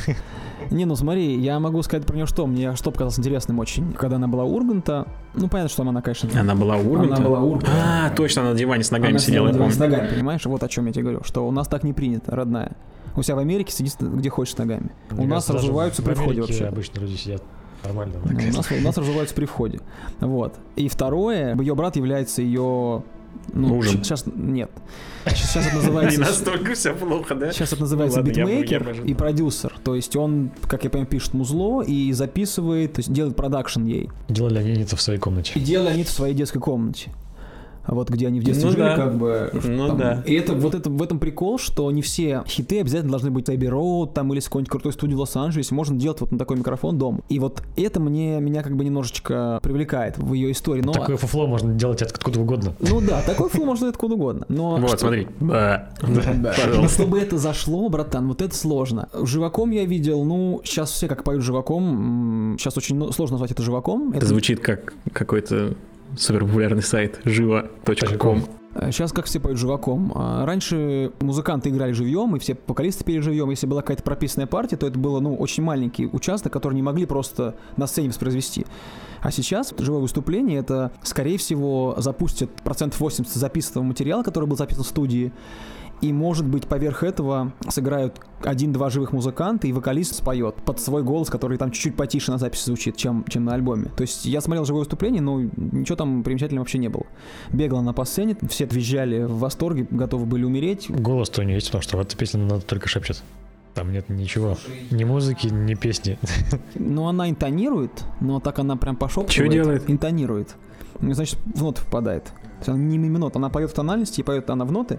Не, ну смотри, я могу сказать про нее что. Мне что показалось интересным очень. Когда она была у Урганта, ну понятно, что она, конечно... Она была у Урганта? Она была у Урганта. А, точно, она на диване с ногами Она сидела, я сидела помню. с ногами, понимаешь? Вот о чем я тебе говорю. Что у нас так не принято, родная. У себя в Америке сидит где хочешь с ногами. Мне У нас кажется, даже развиваются в при входе Америке вообще. обычно люди сидят нормально. Ну, у, нас, у нас развиваются при входе. Вот. И второе, ее брат является ее... Ну, Мужем. Сейчас нет. Сейчас это Не называется... настолько все плохо, да? Сейчас это называется Ну ладно, я бы- я битмейкер бы ожидал. и продюсер. То есть он, как я понимаю, пишет музло и записывает, то есть делает продакшн ей. Делали они это в своей комнате. И делали они это в своей детской комнате. Вот где они в детстве Ну жили, да. как бы. Ну там. да. И это вот это в этом прикол, что не все хиты обязательно должны быть Abbey Road там или с какой-нибудь крутой студии в Лос-Анджелесе. Можно делать вот на такой микрофон дома. И вот это мне меня как бы немножечко привлекает в ее истории. Но... Такое фуфло можно делать откуда угодно. Ну да, такой фильм можно делать откуда угодно. Но Вот, что- смотри. Да. Да. Но Пожалуйста. чтобы это зашло, братан, вот это сложно. Живаком я видел, ну, сейчас все как поют живаком. Сейчас очень ну, сложно назвать это живаком. Это звучит как какой-то суперпопулярный сайт живо точка ком. Сейчас как все поют живаком. А раньше музыканты играли живьем, и все вокалисты пели живьем. Если была какая-то прописанная партия, то это было, ну, очень маленький участок, который не могли просто на сцене воспроизвести. А сейчас живое выступление — это, скорее всего, запустят процентов восемьдесят записанного материала, который был записан в студии. И, может быть, поверх этого сыграют один-два живых музыканта, и вокалист споет под свой голос, который там чуть-чуть потише на записи звучит, чем, чем на альбоме. То есть я смотрел живое выступление, но ничего там примечательного вообще не было. Бегала она по сцене, все визжали в восторге, готовы были умереть. Голос-то у нее есть, потому что в этой песне она только шепчет. Там нет ничего. Ни музыки, ни песни. Но она интонирует, но так она прям пошепчивает. Чё делает? Интонирует. Ну, значит, в ноты попадает. То есть она не мимо нот, она поет в тональности и поет она в ноты.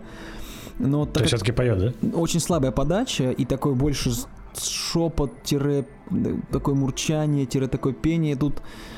Но То так есть как все-таки поет, да? очень слабая подача и такой больше шепот, тире, такое мурчание, тире, такое пение. Тут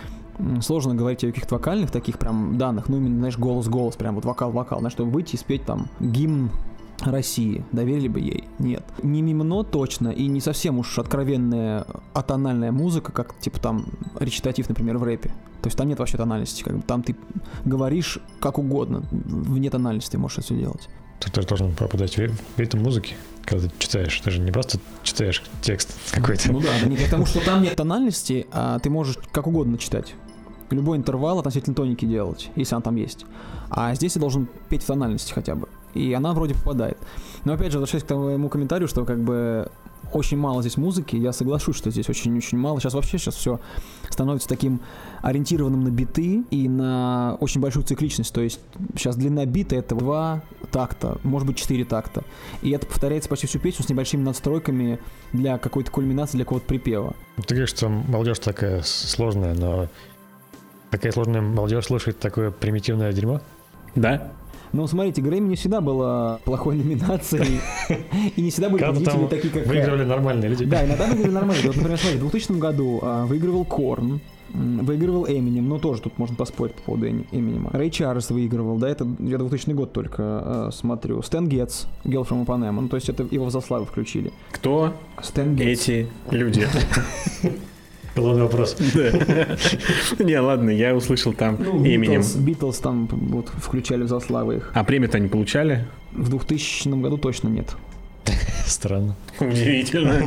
м, сложно говорить о каких-то вокальных таких прям данных. Ну, именно, знаешь, голос-голос, прям вот вокал-вокал. Знаешь, чтобы выйти и спеть там гимн России. Доверили бы ей? Нет. Не мимо нот точно, и не совсем уж откровенная атональная музыка, как типа там речитатив, например, в рэпе. То есть там нет вообще тональности. Как бы, там ты говоришь как угодно. Вне тональности ты можешь это все делать. Ты тоже должен попадать в ритм музыки, когда ты читаешь. Ты же не просто читаешь текст какой-то. Ну да, да не потому что там нет тональности, а ты можешь как угодно читать. Любой интервал относительно тоники делать, если он там есть. А здесь ты должен петь в тональности хотя бы. И она вроде попадает. Но опять же, возвращаясь к твоему комментарию, что как бы очень мало здесь музыки, я соглашусь, что здесь очень-очень мало. Сейчас вообще сейчас все становится таким ориентированным на биты и на очень большую цикличность. То есть сейчас длина бита — это два такта, может быть четыре такта. И это повторяется почти всю песню с небольшими надстройками для какой-то кульминации, для какого-то припева. Ты говоришь, что молодежь такая сложная, но такая сложная молодежь слушает такое примитивное дерьмо? Да? Ну, смотрите, Грэмми не всегда была плохой номинацией, и не всегда были Когда победители там такие, как... выигрывали нормальные люди. Да, иногда выигрывали нормально. Вот, например, смотри, в двухтысячном году а, выигрывал Корн, м, выигрывал Эминем, ну, тоже тут можно поспорить по поводу Эми- Эминема. Рэй Чарльз выигрывал, да, это я двухтысячный год только а, смотрю. Стэн Гетц, Girl from Ipanema, ну, то есть это его в заславы включили. Кто Стэн Гетц. эти люди? Главный вопрос. Не, ладно, я услышал там Ну, именем. Битлз, Битлз там вот включали в заславы их. А премию-то они получали? В двухтысячном году точно нет. Странно. Удивительно.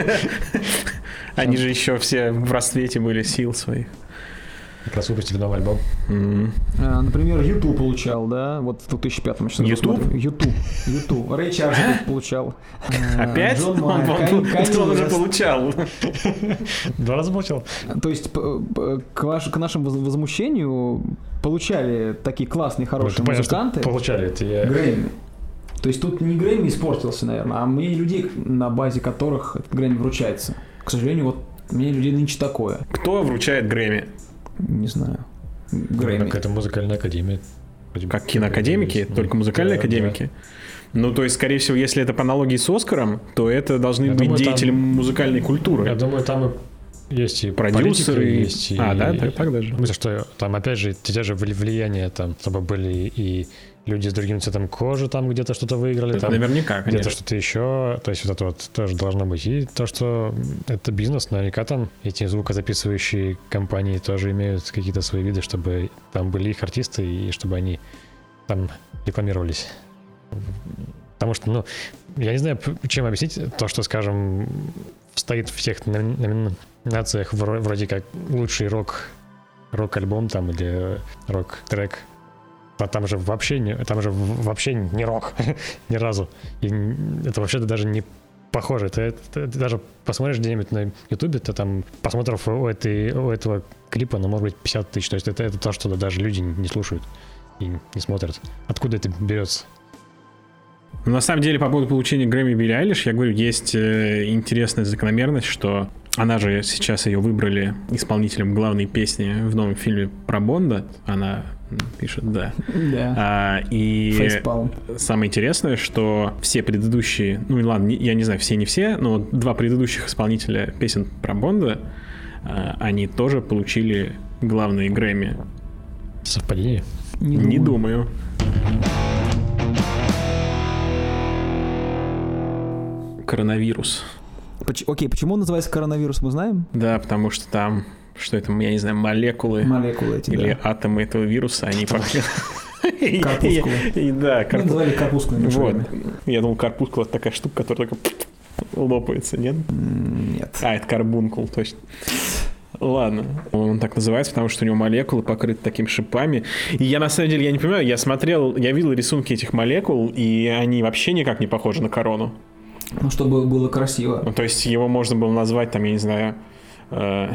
Они же еще все в расцвете были сил своих. Как раз выпустили новый альбом. М. А, например, YouTube получал, да, вот в две тысячи пятом. YouTube? YouTube. YouTube. Рэй Чарльз получал. А, Опять? Джон Он, Майер, он- Кань- Канье он уже Уэст. получал. Два раза получал? То есть п- п- к, ваш- к нашему воз- возмущению получали такие классные, хорошие Вот, понятно, что музыканты получали. Это я... Грэмми. То есть тут не Грэмми испортился, наверное, а мнение людей, на базе которых этот Грэмми вручается. К сожалению, вот мнение людей нынче такое. Кто вручает Грэмми? Не знаю. Грэмми. Какая-то музыкальная академия. Как киноакадемики, Ну, только музыкальные да, академики? Ну, то есть, скорее всего, если это по аналогии с Оскаром, то это должны Я быть думаю, там- деятели музыкальной Я культуры. думаю, там и Есть и продюсеры, политика, есть и... А, да, так, так даже. Мысль, что там, опять же, те же влияния, там, чтобы были и люди с другим цветом кожи там где-то что-то выиграли. Там, наверняка, конечно. Где-то что-то еще. То есть вот это вот тоже должно быть. И то, что это бизнес, наверняка там эти звукозаписывающие компании тоже имеют какие-то свои виды, чтобы там были их артисты и чтобы они там рекламировались. Потому что, ну, я не знаю, чем объяснить то, что, скажем, стоит в всех номинациях вроде как лучший рок, рок-альбом там или рок-трек. А там же вообще не, там же вообще не рок ни разу. И это вообще даже не похоже. Ты, ты, ты даже посмотришь где-нибудь на Ютубе, ты там просмотров у, этой, у этого клипа, ну, может быть, пятьдесят тысяч. То есть это, это то, что даже люди не слушают и не смотрят. Откуда это берется? Ну, на самом деле, по поводу получения Грэмми Билли Айлиш, я говорю, есть э, интересная закономерность, что она же сейчас ее выбрали исполнителем главной песни в новом фильме про Бонда. Она пишет, да. Да. А, и Фейспалм. самое интересное, что все предыдущие, ну ладно, я не знаю, все не все, но два предыдущих исполнителя песен про Бонда, а, они тоже получили главные Грэмми. Совпадение? Не, Не думаю. Коронавирус. Поч- Окей, почему он называется коронавирус, мы знаем? Да, потому что там, что это, я не знаю, молекулы, Молекулы эти, или да. атомы этого вируса, они похожи. Корпускулы. И да, Мы корпускулы. называли корпускулами. Вот. Я думал, корпускул — это такая штука, которая только лопается, нет? Нет. А, это карбункул, точно. Ладно, он так называется, потому что у него молекулы покрыты такими шипами. И я, на самом деле, я не понимаю, я смотрел, я видел рисунки этих молекул, и они вообще никак не похожи на корону. Ну, чтобы было красиво. Ну, то есть его можно было назвать, там, я не знаю, э,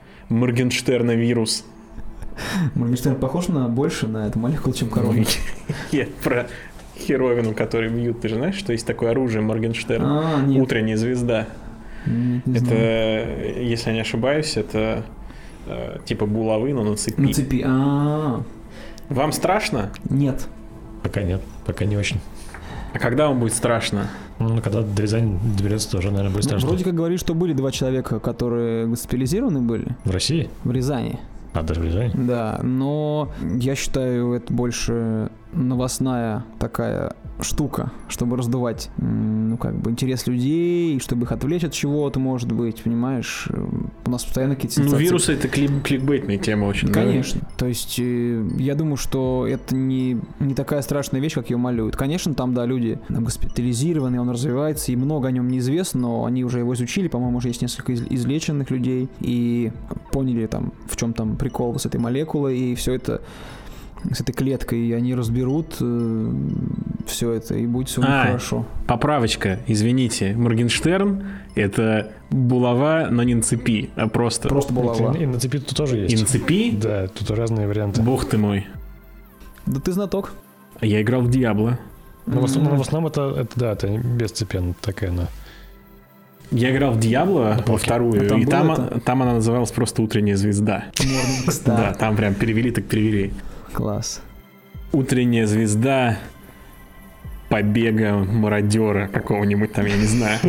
Моргенштерна-вирус. Моргенштерн похож на больше на эту молекулу, чем корона. Я про херовину, который бьют. Ты же знаешь, что есть такое оружие Моргенштерна? А, нет. Утренняя звезда. Нет, не Это, знаю. если я не ошибаюсь, это э, типа булавы, но на цепи. На цепи. А, Вам страшно? нет. Пока нет, пока не очень. А когда вам будет страшно? Ну, когда до Рязани доберется, тоже, наверное, будет Ну, страшно. вроде как говорили, что были два человека, которые госпитализированы были В России? в Рязани. А, даже в Рязани? Да, но я считаю, это больше новостная такая штука, чтобы раздувать, ну, как бы, интерес людей, чтобы их отвлечь от чего-то, может быть, понимаешь? У нас постоянно какие-то Ну, сенсации. вирусы — это клик- кликбейтная тема очень. да? Конечно. То есть э, я думаю, что это не, не такая страшная вещь, как ее малюют. Конечно, там, да, люди там, госпитализированы, он развивается, и много о нем неизвестно, но они уже его изучили, по-моему, уже есть несколько из- излеченных людей, и поняли, там, в чем там прикол с этой молекулой, и все это с этой клеткой, и они разберут э, все это, и будет все А, хорошо. Поправочка, извините, Моргенштерн — это булава, но не на цепи, а просто... Просто булава. И на цепи тут тоже есть. И на цепи? Да, тут разные варианты. Бог ты мой. Да ты знаток. Я играл в Диабло. Но в основном, в основном это, это, да, это без цепи, она такая, она. Я играл в Диабло во вторую, А там и было там, это? там она называлась просто «Утренняя звезда». Morning Star. Да, там прям перевели, так перевели. Класс. «Утренняя звезда побега мародера» какого-нибудь там, я не знаю.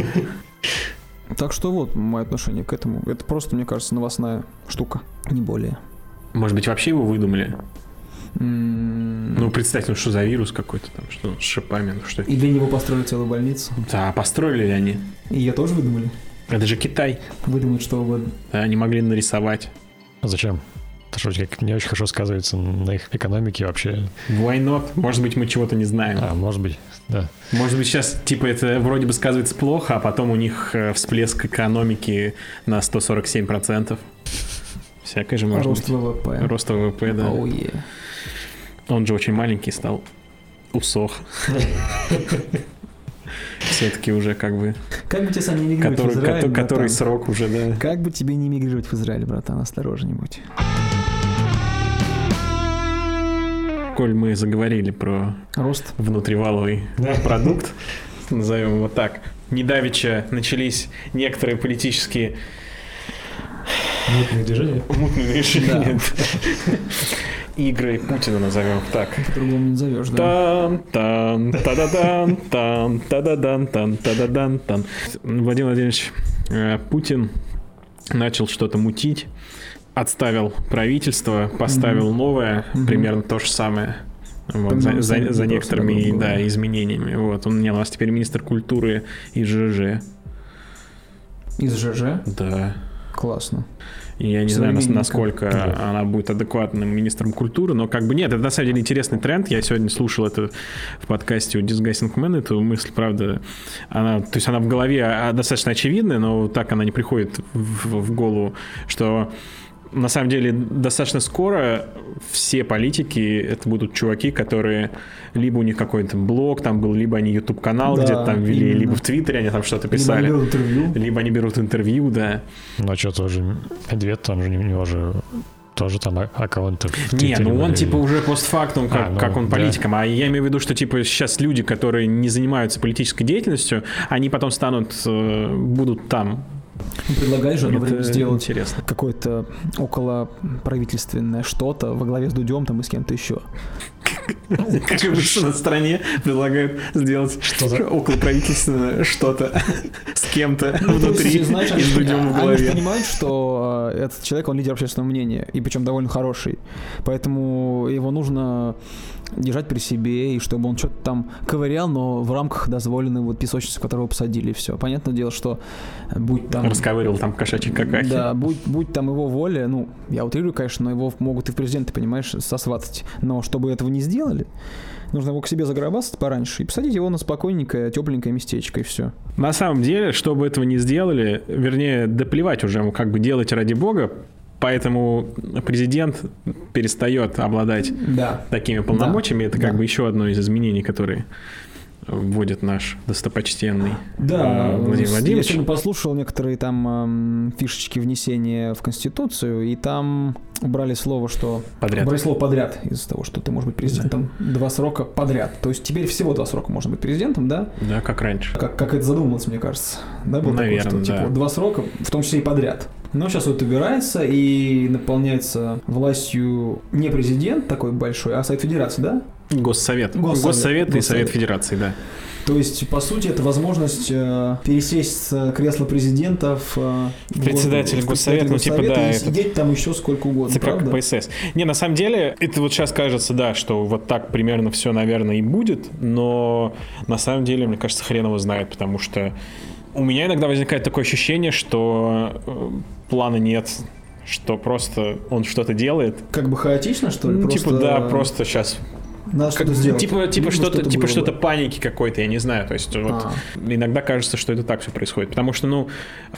Так что вот мое отношение к этому. Это просто, мне кажется, новостная штука, не более. Может быть, вообще его выдумали? М, Ну, представьте, ну что за вирус какой-то там, что с шипами, ну что. И для него построили целую больницу. Да, построили ли они? И ее тоже выдумали. Это же Китай. Выдумать что угодно. Да, они могли нарисовать. А зачем? Это же вроде как не очень хорошо сказывается на их экономике вообще. Why not? Может быть, мы чего-то не знаем. А, может быть, да. Может быть, сейчас, типа, это вроде бы сказывается плохо, а потом у них э, всплеск экономики на сто сорок семь процентов. Всякое же может Рост быть. ВВП. Рост ВВП, да. Оу, е. Он же очень маленький стал. Усох. Все-таки уже как бы... Как бы тебе сам не мигрировать Который, в Израиль, кото- который братан? срок уже, да. Как бы тебе не мигрировать в Израиль, братан, осторожней будь. Коль мы заговорили про Рост. внутриваловый продукт, назовем его так, недавеча начались некоторые политические Мутные движения. мутные решения. Игры Путина, назовем их так. По-другому не назовешь, да? Тан, тан, та-да-дан, тан, та-да-дан, тан, та-да-дан, тан. Владимир Владимирович э, Путин начал что-то мутить, отставил правительство, поставил mm-hmm. новое, mm-hmm. примерно то же самое. Вот, за, за, за некоторыми да, изменениями. Вот. Он, не, у нас теперь министр культуры из ЖЖ. Из ЖЖ? Да. Классно. И я не знаю, насколько да. она будет адекватным министром культуры, но как бы нет, это на самом деле интересный тренд. Я сегодня слушал это в подкасте у Disgusting Man, эту мысль, правда, она, то есть она в голове достаточно очевидная, но так она не приходит в, в голову, что на самом деле достаточно скоро все политики это будут чуваки, которые либо у них какой-то блог там был, либо они YouTube-канал да, где-то там вели, именно. Либо в Твиттере они там что-то писали. Либо они берут интервью. Либо они берут интервью, да. Ну а что, тоже Медведь, там же у него же тоже там аккаунты. Не, ну он или... типа уже постфактум, как, а, ну, как он политиком. Да. А я имею в виду, что типа сейчас люди, которые не занимаются политической деятельностью, они потом станут, будут там. Предлагаешь же одно время сделать интересно. Какое-то около правительственное что-то во главе с Дудем там и с кем-то еще. Как обычно на стороне предлагают сделать около правительственное что-то с кем-то внутри и с Дудем в голове. Они понимают, что этот человек, он лидер общественного мнения, и причем довольно хороший. Поэтому его нужно держать при себе, и чтобы он что-то там ковырял, но в рамках дозволенной вот песочницы, в которую его посадили, и все. Понятное дело, что будь там... Расковырил там кошачьи какахи. Да, будь, будь там его воля, ну, я утрирую, конечно, но его могут и в президенты, понимаешь, сосватать. Но чтобы этого не сделали, нужно его к себе загробастать пораньше и посадить его на спокойненькое, тепленькое местечко, и все. На самом деле, чтобы этого не сделали, вернее, доплевать уже ему, как бы делать ради бога, поэтому президент перестает обладать да. такими полномочиями. Да. Это как да. бы еще одно из изменений, которые вводит наш достопочтенный да, Владимир Владимирович. Я сегодня послушал некоторые там э, фишечки внесения в Конституцию, и там убрали слово, что... Подряд. Убрали слово «подряд» из-за того, что ты можешь быть президентом да. два срока подряд. То есть теперь всего два срока можно быть президентом, да? Да, как раньше. Как, как это задумывалось, мне кажется. Да, было наверное, такое, что, да. типа, два срока, в том числе и подряд. Но сейчас вот убирается и наполняется властью не президент такой большой, а Совет Федерации, да? Госсовет. Госсовет, Госсовет и Госсовет. Совет Федерации, да. То есть, по сути, это возможность э, пересесть с кресла президента в... Э, председатель Госсовета, ну типа да. И сидеть это... там еще сколько угодно, это правда? Как ПСС. Не, на самом деле, это вот сейчас кажется, да, что вот так примерно все, наверное, и будет, но на самом деле, мне кажется, хрен его знает, потому что у меня иногда возникает такое ощущение, что э, плана нет, что просто он что-то делает. Как бы хаотично, что ли? Ну, просто... типа, да, просто сейчас... Надо как, что-то сделать. Типа, типа что-то, что-то, типа было что-то бы. паники какой-то, я не знаю. То есть вот иногда кажется, что это так все происходит. Потому что, ну,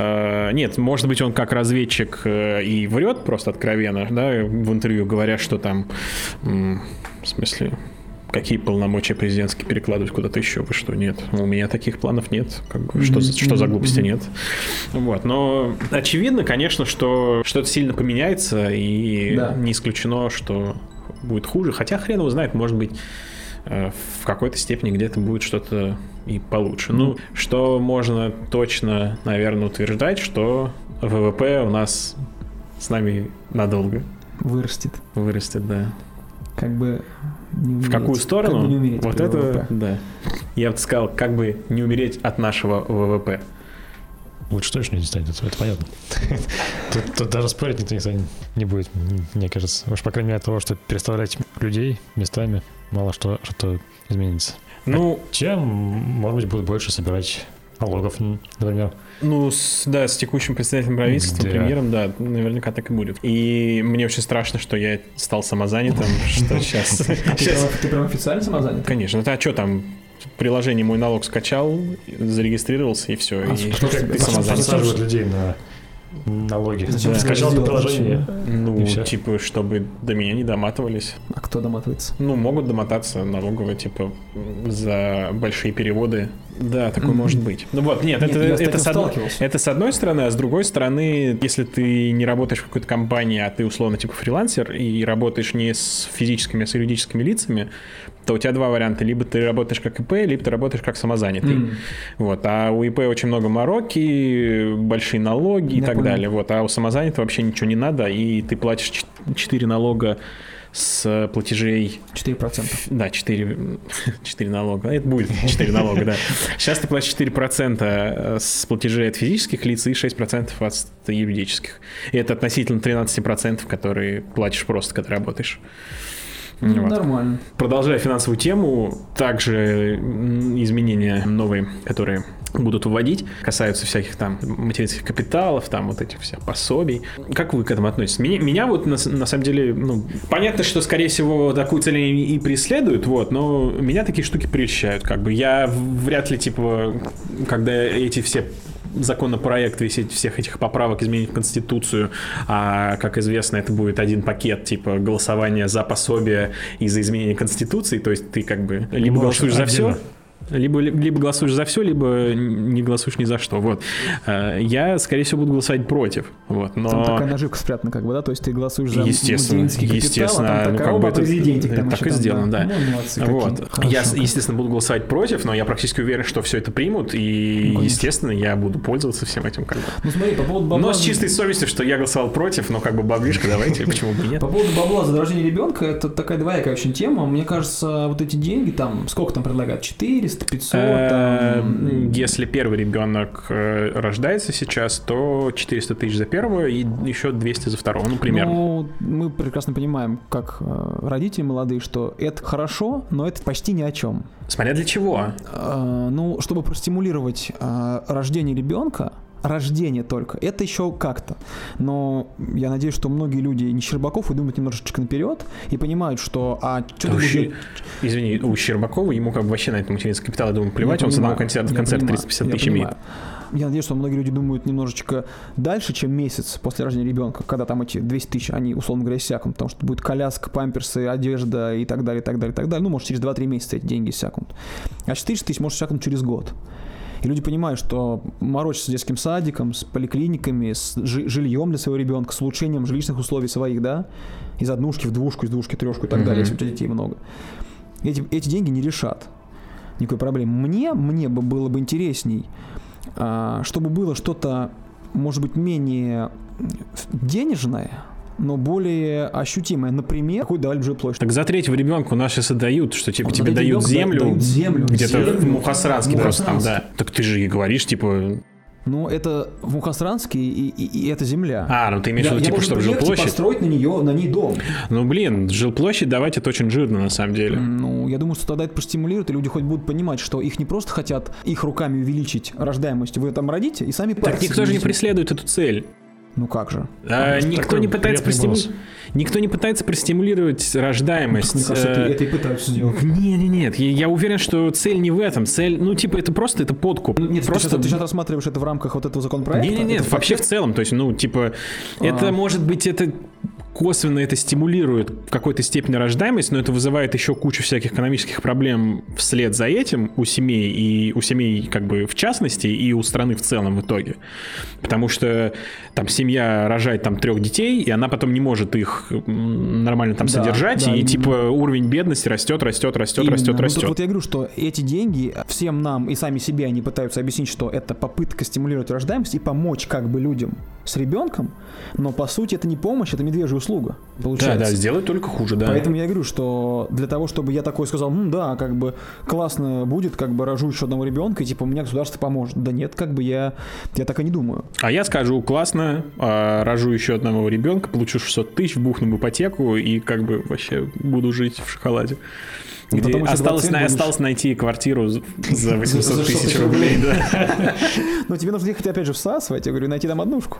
э, нет, может быть, он как разведчик э, и врет просто откровенно, да, в интервью говоря, что там, э, в смысле, какие полномочия президентские перекладывать куда-то еще, вы что, нет, у меня таких планов нет, как бы, что, mm-hmm. что за глупости mm-hmm. нет. Вот, но очевидно, конечно, что что-то сильно поменяется, и да. не исключено, что будет хуже, хотя хрен его знает, может быть, в какой-то степени где-то будет что-то и получше. Mm-hmm. Ну, что можно точно, наверное, утверждать, что ВВП у нас с нами надолго. Вырастет. Вырастет, да. Как бы не умереть. В какую сторону? Как бы не умереть вот это, ВВП. Да. Я бы сказал, как бы не умереть от нашего ВВП. Лучше точно не станет, это понятно. Тут, тут даже спорить никто не будет, мне кажется. Уж по крайней мере от того, что переставлять людей местами, мало что, что изменится. Ну, а чем, может быть, будут больше собирать налогов, например? Ну, с, да, с текущим председателем правительства, да. премьером, да, наверняка так и будет. И мне очень страшно, что я стал самозанятым, что сейчас... Ты прям официально самозанят? Конечно. А что там? Приложение «Мой налог» скачал, зарегистрировался, и все. А и ты самозанят. людей на налоги. Зачем да. Скачал приложение. Ну, типа, чтобы до меня не доматывались. А кто доматывается? Ну, могут домотаться налоговые, типа, за большие переводы. Да, такое mm-hmm. может быть. Ну вот, нет, нет это, это, с од... это с одной стороны, а с другой стороны, если ты не работаешь в какой-то компании, а ты условно типа фрилансер и работаешь не с физическими, а с юридическими лицами, то у тебя два варианта. Либо ты работаешь как ИП, либо ты работаешь как самозанятый. Mm-hmm. Вот. А у ИП очень много мороки, большие налоги Я и так понял. далее. Вот. А у самозанятого вообще ничего не надо, и ты платишь четыре налога с платежей... четыре процента. Да, четыре, четыре налога. Это будет четыре налога, да. Сейчас ты платишь четыре процента с платежей от физических лиц и шесть процентов от юридических. И это относительно тринадцать процентов, которые платишь просто, когда работаешь. Ну, вот. Нормально. Продолжая финансовую тему, также изменения новые, которые будут вводить, касаются всяких там материнских капиталов, там вот этих всех пособий. Как вы к этому относитесь? Меня, меня вот на, на самом деле, ну, понятно, что, скорее всего, такую цель и, и преследуют, вот, но меня такие штуки прельщают, как бы. Я вряд ли, типа, когда эти все законопроект висеть всех этих поправок изменить в Конституцию, а, как известно, это будет один пакет, типа, голосования за пособие и за изменение Конституции, то есть ты как бы либо Может, голосуешь за отдельно. все, Либо, либо голосуешь за все, либо не голосуешь ни за что. Вот. Я, скорее всего, буду голосовать против. Вот. Но... Там такая наживка спрятана, как бы, да? То есть ты голосуешь за естественно, материнский капитал, естественно, а там ну, такая как бы оба президентик. это, так и сделано, да. Ну, молодцы, вот. Хорошо, Я, как... естественно, буду голосовать против, но я практически уверен, что все это примут, и, ну, естественно, я буду пользоваться всем этим. Как бы. Ну, смотри, по поводу бабла... Но с чистой совестью, что я голосовал против, но как бы баблишка, давайте, почему бы нет. По поводу бабла за рождение ребенка, это такая двоякая очень тема. Мне кажется, вот эти деньги, там, сколько там предлагают? четыреста, пятьсот, там... Если первый ребенок рождается сейчас, то четыреста тысяч за первого и еще двести за второго, ну, примерно. Ну, мы прекрасно понимаем, как родители молодые, что это хорошо, но это почти ни о чем. Смотря для чего. Ну, чтобы простимулировать рождение ребенка, рождение только, это еще как-то. Но я надеюсь, что многие люди не Щербаков и думают немножечко наперед и понимают, что а что ты будешь... Извини, у Щербакова ему как бы вообще на этом материнский капитал, я думаю, плевать, я он понимаю, задал концерт, концерт триста пятьдесят тысяч имеет. Я надеюсь, что многие люди думают немножечко дальше, чем месяц после рождения ребенка, когда там эти двести тысяч, они, условно говоря, иссякнут, потому что будет коляска, памперсы, одежда и так далее, и так далее, и так далее. Ну, может, через два-три месяца эти деньги иссякнут. А четыреста тысяч может иссякнуть через год. И люди понимают, что морочиться с детским садиком, с поликлиниками, с жильем для своего ребенка, с улучшением жилищных условий своих, да, из однушки в двушку, из двушки в трешку и так mm-hmm. далее, если у тебя детей много. Эти, эти деньги не решат никакой проблемы. Мне, мне бы было бы интересней, чтобы было что-то, может быть, менее денежное, но более ощутимое. Например, какой дали жилплощадь. Так за третьего ребенка у нас сейчас и дают, что типа а тебе дают землю, дают землю где-то землю. в Мухосранске просто там, да. Так ты же и говоришь, типа... Ну, это в Мухосранске и, и, и это земля. А, ну ты имеешь в виду, типа, чтобы жилплощадь? жилплощадь? Построить на нее, на ней дом. Ну, блин, жилплощадь давать это очень жирно, на самом деле. Ну, я думаю, что тогда это простимулирует, и люди хоть будут понимать, что их не просто хотят их руками увеличить рождаемость, вы там родите и сами паритесь. Так никто же не преследует эту цель. Ну как же? А, никто не пытается простимулировать. Никто не пытается простимулировать рождаемость. Мне кажется, это, это и пытаются сделать. Не, не, нет. Я, я уверен, что цель не в этом. Цель, ну типа это просто это подкуп. Ну, нет, просто... ты, сейчас, ты сейчас рассматриваешь это в рамках вот этого законопроекта? Не, не, нет. Это вообще пакет? в целом, то есть, ну типа, а. это может быть это косвенно это стимулирует в какой-то степени рождаемость, но это вызывает еще кучу всяких экономических проблем вслед за этим у семей, и у семей как бы в частности, и у страны в целом в итоге. Потому что там семья рожает там трех детей, и она потом не может их нормально там да, содержать, да, и именно. Типа уровень бедности растет, растет, растет, именно. растет, растет. Ну, вот я говорю, что эти деньги всем нам и сами себе они пытаются объяснить, что это попытка стимулировать рождаемость и помочь как бы людям с ребенком, но по сути это не помощь, это медвежья услуга, получается. Да, да, сделать только хуже, да. Поэтому я говорю, что для того, чтобы я такой сказал, ну да, как бы классно будет, как бы рожу еще одного ребенка, и типа мне государство поможет. Да нет, как бы я, я так и не думаю. А я скажу, классно, рожу еще одного ребенка, получу шестьсот тысяч, бухну в ипотеку и как бы вообще буду жить в шоколаде. Где осталось, на, осталось найти квартиру за восемьсот тысяч рублей. Да. Но тебе нужно ехать опять же всасывать, я говорю, найти там однушку.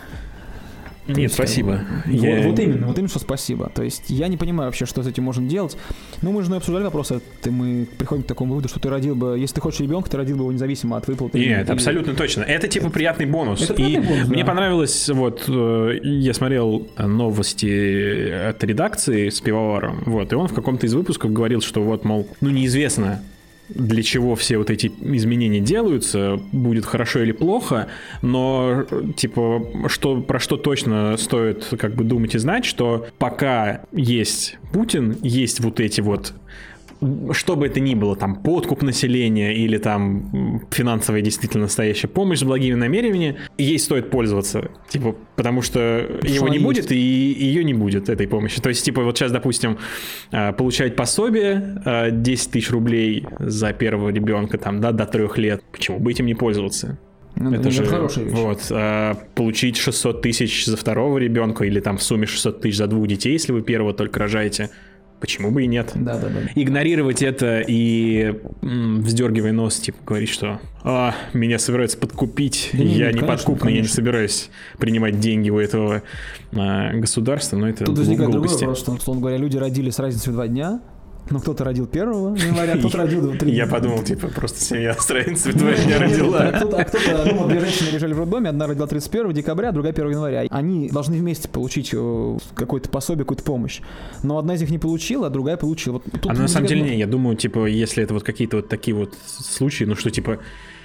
Нет, есть, спасибо. Вот, я... вот именно, вот именно, что спасибо. То есть я не понимаю вообще, что с этим можно делать. Ну, мы же не обсуждали вопрос, и мы приходим к такому выводу, что ты родил бы, если ты хочешь ребенка, ты родил бы его независимо от выплаты. Нет, или... абсолютно точно. Это типа приятный бонус. Это приятный и бонус, мне да. понравилось, вот, я смотрел новости от редакции с Пивоваром, вот, и он в каком-то из выпусков говорил, что вот, мол, ну, неизвестно, для чего все вот эти изменения делаются, будет хорошо или плохо, но типа что, про что точно стоит как бы думать и знать, что пока есть Путин, есть вот эти вот что бы это ни было, там, подкуп населения или там финансовая действительно настоящая помощь с благими намерениями, ей стоит пользоваться, типа, потому что Что его не есть. будет, и ее не будет, этой помощи. То есть, типа, вот сейчас, допустим, получать пособие десять тысяч рублей за первого ребенка, там, да, до трех лет, почему бы этим не пользоваться? Ну, Это же хорошая вещь. вот, а, получить шестьсот тысяч за второго ребенка или там в сумме шестьсот тысяч за двух детей, если вы первого только рожаете. Почему бы и нет? Да, да, да. Игнорировать это и м, вздергивая нос, типа говорить, что а, меня собираются подкупить, Да я нет, не конечно, подкупный, я не конечно. собираюсь принимать деньги у этого а, государства, но это Тут возникает другой глупости. вопрос, что, условно говоря, люди родили с разницей в два дня, но кто-то родил первого января, кто-то родил три. Я подумал, типа, просто семья с разницей в два дня родила. А кто-то, а кто-то, ну, вот две женщины лежали в роддоме, одна родила тридцать первого декабря, другая первого января. Они должны вместе получить э, какое-то пособие, какую-то помощь. Но одна из них не получила, а другая получила. Вот тут А на самом деле, возникает- не, я думаю, типа, если это вот какие-то вот такие вот случаи, ну что, типа,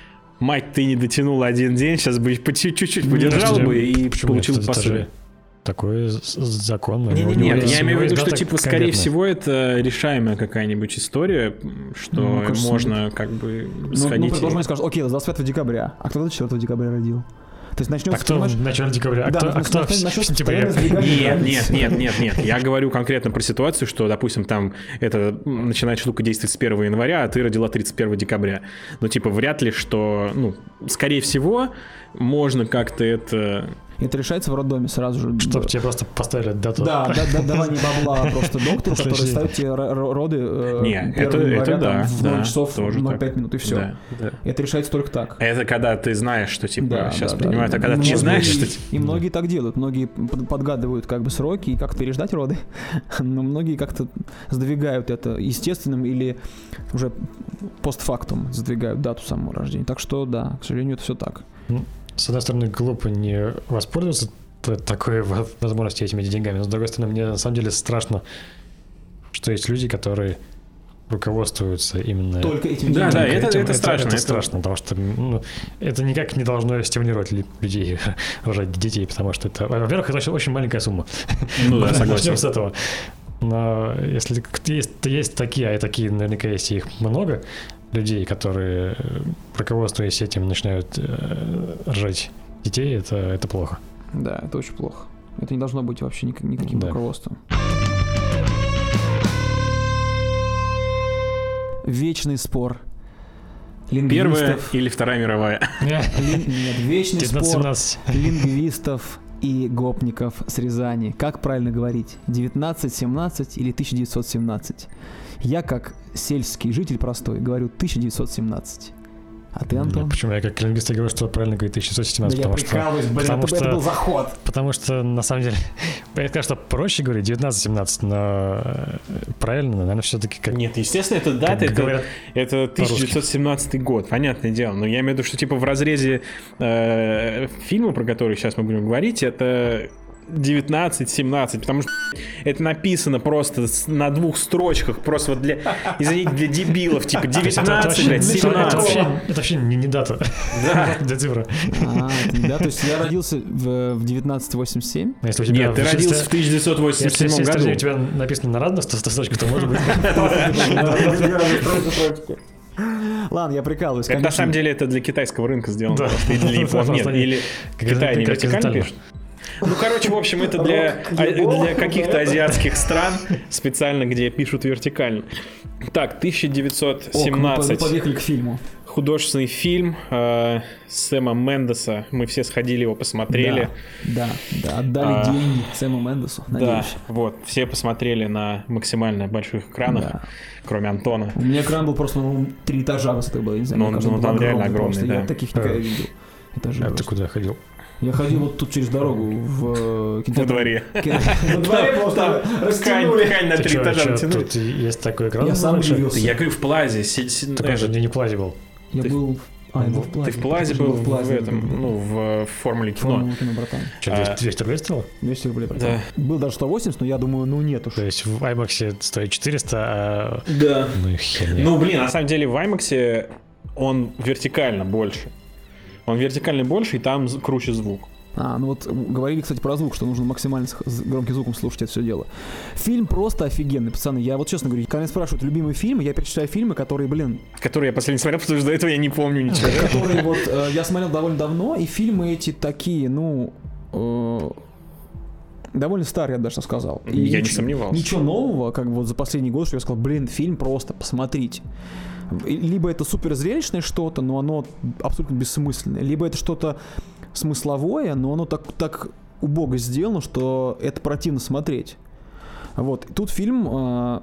мать, ты не дотянула один день, сейчас бы по чуть-чуть подержал Подожди, бы и почему? получил Это- это пособие. же Такой з- закон. у Не, него- не, у него нет, есть- я у имею в него виду, есть что, дата типа, скорее конкретная. всего, это решаемая какая-нибудь история, что Ну, кажется, можно как бы Ну, ну, сходить. и- предположим, скажут, окей, с двадцать пятого декабря, а кто двадцать четвёртого декабря родил? То есть начнется, А кто понимаешь? в начале декабря? А Да, кто, ну, а кто начнется- в начнется сентябре? постоянное сбегание Нет, границ. нет, нет, нет, нет. Я говорю конкретно про ситуацию, что, допустим, там эта начинает штука действовать с первого января, а ты родила тридцать первого декабря. Ну, типа, вряд ли, что, ну, скорее всего, можно как-то это... Это решается в роддоме сразу же. Чтоб тебе просто поставили дату. Да, да, да, давание бабла просто доктору, который Подожди. ставит тебе ро- ро- роды э, Не, это- первого января, это там, да, в да, ноль часов тоже ноль так. пять минут, и все. Да, да. Это решается только так. Это когда ты знаешь, что, типа, Да, сейчас да, да, принимают, да. а когда ты Ну, не знаешь, многие- что... И многие так делают. Многие под- подгадывают как бы сроки и как переждать роды. Но многие как-то сдвигают это естественным или уже постфактум сдвигают дату самого рождения. Так что да, к сожалению, это все так. С одной стороны, глупо не воспользоваться т- такой во- возможностью этими деньгами, но с другой стороны, мне на самом деле страшно, что есть люди, которые руководствуются именно... Только этим Да, деньгами. да, это- этим. это страшно, Это, это- страшно, потому что ну, это никак не должно стимулировать ли- людей рожать детей, потому что это, во-первых, это очень, очень маленькая сумма. Ну да, Начнем согласен. с этого. Но если к- есть, есть такие, а и такие наверняка есть, и их много, людей, которые, э, руководствуясь этим, начинают э, рожать детей, это, это плохо. Да, это очень плохо. Это не должно быть вообще никак- никаким Да. руководством. Вечный спор Первая лингвистов. или Вторая мировая? Лин- Нет, вечный спор девятнадцать-семнадцать. лингвистов и гопников с Рязани. Как правильно говорить? девятнадцать семнадцать или тысяча девятьсот семнадцать? Я, как сельский житель простой, говорю тысяча девятьсот семнадцать. А ты, Антон? Почему я как лингвист я говорю, что правильно говорить тысяча девятьсот семнадцать, Да я потому что, прикалываюсь, блин, потому это, это что- был заход. потому что на самом деле, я скажу, что проще говорить девятнадцать семнадцать, но э, правильно, наверное, все-таки как, Нет, естественно, это как дата, это, говорят, это тысяча девятьсот семнадцатый год, понятное дело. Но я имею в виду, что типа в разрезе э, фильма, про который сейчас мы будем говорить, это девятнадцать семнадцать, потому что это написано просто с- на двух строчках, просто вот для, извините, для дебилов, типа это, это девятнадцать, вообще, блядь, это семнадцать. вообще, это вообще не, не дата, Да. для цифры. А, да, то есть я родился в, в девятнадцать восемьдесят семь. Но Если у тебя Нет, ты в- родился если- в тысяча девятьсот восемьдесят Если седьмом если году. у тебя написано на разных сто- строчках, то может быть. Ладно, я прикалываюсь. Это на конечно. самом деле это для китайского рынка сделано. Да. просто, и для Японии. Нет, Просто или как Китай не это вертикально горизонтально. пишет. Ну, короче, в общем, это для, а, для каких-то азиатских стран специально, где пишут вертикально. Так, тысяча девятьсот Ок, мы семнадцать. подъехали к фильму. Художественный фильм э, Сэма Мендеса. Мы все сходили его, посмотрели. Да, да, отдали А, деньги Сэму Мендесу, Да, надеюсь. вот, все посмотрели на максимально больших экранах, Да. кроме Антона. У меня экран был просто, ну, три этажа высоты был, я не знаю, Ну, мне кажется, ну, он там был реально огромный огромный, просто. да. Я таких никогда не видел. Этажи А ты просто. куда ходил? Я ходил вот тут через дорогу в э, Во кинотеатр. дворе. Во дворе просто растянули. Ткань на Ты три чё, этажа чё, натянули. тут есть такой экран? Я сам большой? удивился. Я говорю, в Плазе. си- си- Такой же этот, не плазе был. Я Ты- был... А, я был в Ты Плазе. в Плазе Я был, в, Плазе, этом, да. ну, в формуле кино. Формула кино, братан. Что, А. двести двести рублей стоило? двести рублей, братан. Да. Был даже сто восемьдесят, но я думаю, ну нет уж. То есть в IMAX стоит четыреста, а... Да. Ну и херня. Ну, блин, на самом деле в IMAX он вертикально больше. Он вертикально больше, и там з- круче звук. А, ну вот говорили, кстати, про звук, что нужно максимально с громким звуком слушать это все дело. Фильм просто офигенный, пацаны. Я вот честно говорю, когда меня спрашивают любимые фильмы, я перечисляю фильмы, которые, блин... Которые я последний смотрел, потому что до этого я не помню ничего. Которые вот э, я смотрел довольно давно, и фильмы эти такие, ну... Э, довольно старый, я бы даже сказал. И я ничего, не сомневался. Ничего нового, как бы вот за последний год, что я сказал, блин, фильм просто, посмотрите. Либо это супер зрелищное что-то, но оно абсолютно бессмысленное, либо это что-то смысловое, но оно так, так убого сделано, что это противно смотреть. Вот. Тут фильм э,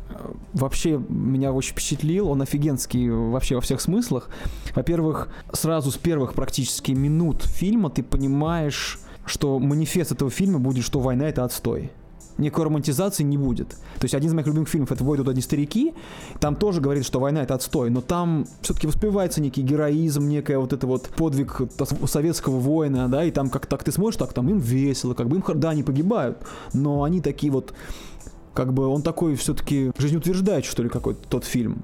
вообще меня очень впечатлил, он офигенский вообще во всех смыслах. Во-первых, сразу с первых практически минут фильма ты понимаешь, что манифест этого фильма будет, что война — это отстой. Никакой романтизации не будет. То есть один из моих любимых фильмов — это «В бой идут одни старики». Там тоже говорит, что война — это отстой, но там все-таки воспевается некий героизм, некая вот это вот подвиг советского воина, да, и там как так ты смотришь, так там им весело, как бы им, да, они погибают, но они такие вот, как бы он такой все-таки жизнеутверждающий, что ли, какой-то тот фильм.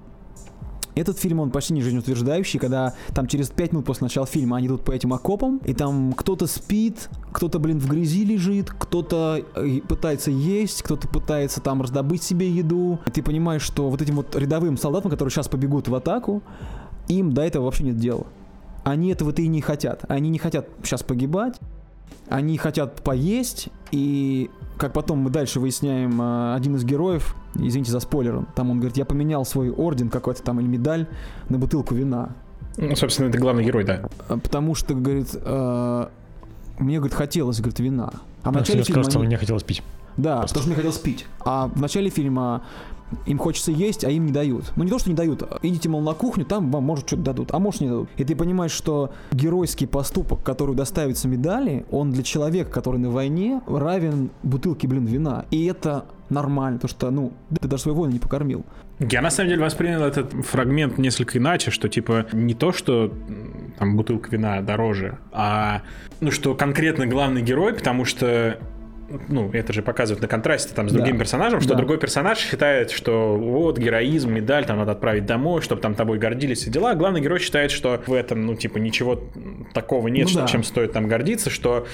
Этот фильм, он почти не жизнеутверждающий, когда там через пять минут после начала фильма они идут по этим окопам, и там кто-то спит, кто-то, блин, в грязи лежит, кто-то пытается есть, кто-то пытается там раздобыть себе еду. И ты понимаешь, что вот этим вот рядовым солдатам, которые сейчас побегут в атаку, им до этого вообще нет дела. Они этого-то и не хотят. Они не хотят сейчас погибать, они хотят поесть, и как потом мы дальше выясняем, один из героев, извините за спойлер, там он говорит, я поменял свой орден какой-то там или медаль на бутылку вина. Ну, собственно, это главный герой, да. Потому что, говорит, э, мне, говорит, хотелось, говорит, вина. А в начале я фильма... сказал, что они... мне хотелось пить. Да, просто. Потому что мне хотелось пить. А в начале фильма им хочется есть, а им не дают. Ну не то, что не дают. Идите, мол, на кухню, там вам, может, что-то дадут, а может, не дадут. И ты понимаешь, что геройский поступок, который доставится медали, он для человека, который на войне, равен бутылке, блин, вина. И это нормально, потому что, ну, ты даже своего воина не покормил. Я, на самом деле, воспринял этот фрагмент несколько иначе, что, типа, не то, что там бутылка вина дороже, а, ну, что конкретно главный герой, потому что ну, это же показывает на контрасте там с другим да. персонажем, что да. другой персонаж считает, что вот, героизм, медаль, там надо отправить домой, чтобы там тобой гордились и дела. А главный герой считает, что в этом, ну, типа, ничего такого нет, ну, что, да. чем стоит там гордиться, что,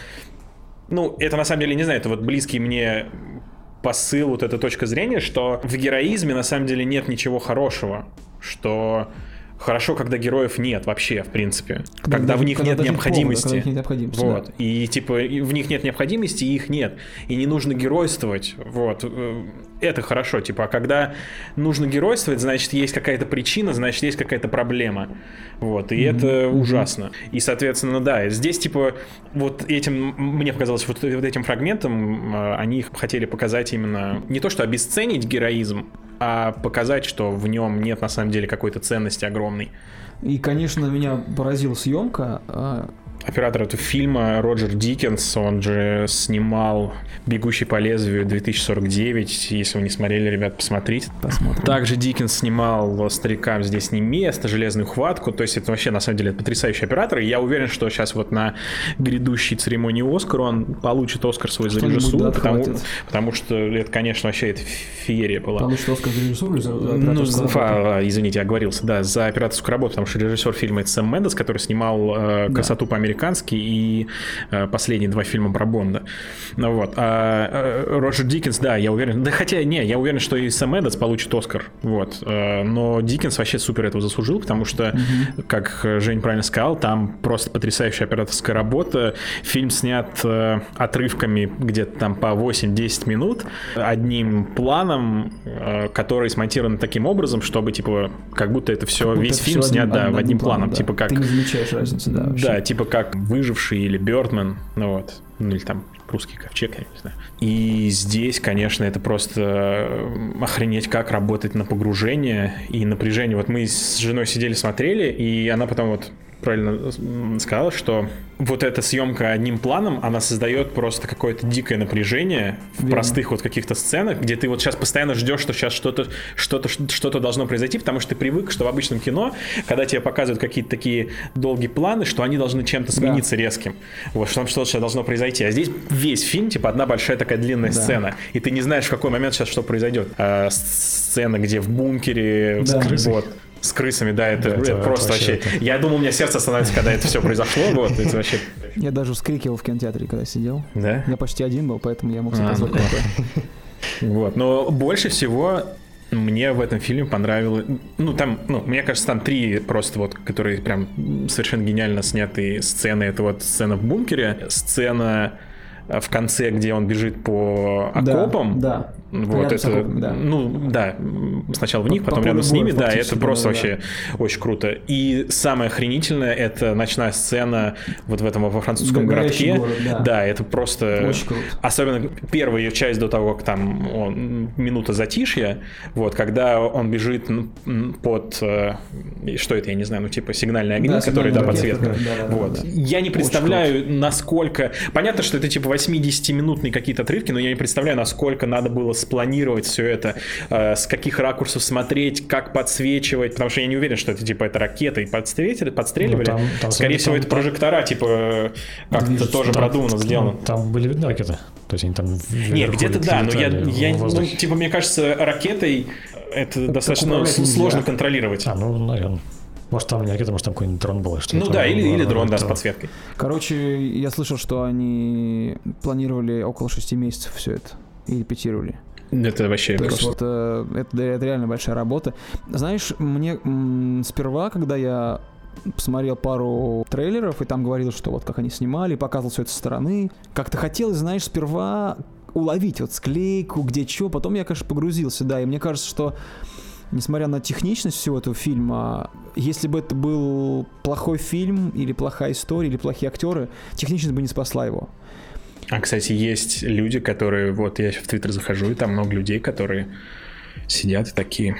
ну, это на самом деле, не знаю, это вот близкий мне посыл, вот эта точка зрения, что в героизме на самом деле нет ничего хорошего, что... Хорошо, когда героев нет вообще, в принципе. Когда, когда в них когда нет необходимости. Повода, когда нет необходимости вот. Да. И типа в них нет необходимости, и их нет. И не нужно геройствовать. Вот. Это хорошо. Типа, а когда нужно геройствовать, значит, есть какая-то причина, значит, есть какая-то проблема. Вот. И mm-hmm. это mm-hmm. ужасно. И, соответственно, да, здесь, типа, вот этим, мне показалось, вот, вот этим фрагментом они хотели показать именно не то, что обесценить героизм, а показать, что в нем нет на самом деле какой-то ценности огромной. И, конечно, меня поразила съемка. Оператор этого фильма Роджер Диккенс, он же снимал «Бегущий по лезвию» две тысячи сорок девять. Если вы не смотрели, ребят, посмотрите. Посмотрим. Также Диккенс снимал «Старикам здесь не место», «Железную хватку». То есть это вообще, на самом деле, потрясающий оператор. И я уверен, что сейчас вот на грядущей церемонии «Оскар» он получит «Оскар» свой за режиссуру. Да, потому, потому что это, конечно, вообще это феерия была. Получит «Оскар» за режиссуру или за, за ну, за, Извините, я оговорился. Да, за операторскую работу, потому что режиссер фильма — это Сэм Мендес, который снимал э, «Красоту по-американски» и э, последние два фильма про Бонда. Ну, вот. А э, Роджер Диккенс, да, я уверен. Да хотя, не, я уверен, что и Сэм Мендес получит Оскар. Вот. Э, но Диккенс вообще супер этого заслужил, потому что, mm-hmm. как Жень правильно сказал, там просто потрясающая операторская работа. Фильм снят э, отрывками где-то там по восемь-десять минут, одним планом, э, который смонтирован таким образом, чтобы, типа, как будто это все, весь фильм все снят, один, да, в одним планом. Да. Типа как... Ты не замечаешь разницы, да, вообще. Да, типа как «Выживший» или «Бёрдман», ну вот, ну или там «Русский ковчег», я не знаю. И здесь, конечно, это просто охренеть, как работать на погружение и напряжение. Вот мы с женой сидели, смотрели, и она потом вот правильно сказала, что вот эта съемка одним планом, она создает просто какое-то дикое напряжение в Верно. простых вот каких-то сценах, где ты вот сейчас постоянно ждешь, что сейчас что-то, что-то, что-то должно произойти, потому что ты привык, что в обычном кино, когда тебе показывают какие-то такие долгие планы, что они должны чем-то смениться да. резким. Вот, что там что-то сейчас должно произойти. А здесь весь фильм, типа, одна большая такая длинная да. сцена, и ты не знаешь, в какой момент сейчас что произойдет. А сцена, где в бункере, да. вот, с крысами, да, это, это, это просто вообще... Это. Я думал, у меня сердце остановится, когда это все произошло, вот, это вообще... Я даже вскрикивал в кинотеатре, когда сидел. Да? Я почти один был, поэтому я мог себе А, позволить ну. такое. Вот, но больше всего мне в этом фильме понравилось... Ну, там, ну, мне кажется, там три просто вот, которые прям совершенно гениально снятые сцены. Это вот сцена в бункере, сцена в конце, где он бежит по окопам. Да, да. Вот Рядом с это, окопами, да. ну, да, сначала в них, По- потом по рядом полю с ними, боя, да, это фактически, просто да, вообще очень круто. И самое охренительное, это ночная сцена вот в этом во французском Горящий городке. город, да. Да, это просто... Очень круто. Особенно первая часть до того, как там он, минута затишья, вот, когда он бежит м, под, э, что это, я не знаю, ну, типа сигнальные огни, Да, которые, да, сигнальные подсветка. ракеты, да, да, да, Вот. да. Я не Очень представляю, насколько... Понятно, что это типа восьмидесятиминутные какие-то отрывки, но я не представляю, насколько надо было спланировать все это, э, с каких ракурсов смотреть, как подсвечивать, потому что я не уверен, что это типа это ракета и подстреливали, подстреливали. Ну, там- там- Скорее там- всего, это там- прожектора, типа, как-то Движется. тоже Там- продумано сделано. ну, Там были видны ракеты. То есть они там Нет, где-то да, но я, я ну, ну, типа, мне кажется, ракетой это достаточно управлять нельзя. сложно контролировать. А, ну, наверное. Может, там не ракета, может, там какой-нибудь дрон был. Что Ну да, или, или дрон, да, с подсветкой. Короче, я слышал, что они планировали около шести месяцев все это. И репетировали. Это вообще То есть просто... вот э, это, это реально большая работа. Знаешь, мне м, сперва, когда я посмотрел пару трейлеров, и там говорил, что вот как они снимали, показывал все это со стороны, как-то хотелось, знаешь, сперва уловить вот склейку, где что, потом я, конечно, погрузился, да, и мне кажется, что несмотря на техничность всего этого фильма, если бы это был плохой фильм, или плохая история, или плохие актеры, техничность бы не спасла его. А, кстати, есть люди, которые... Вот я в Твиттер захожу, и там много людей, которые сидят и такие...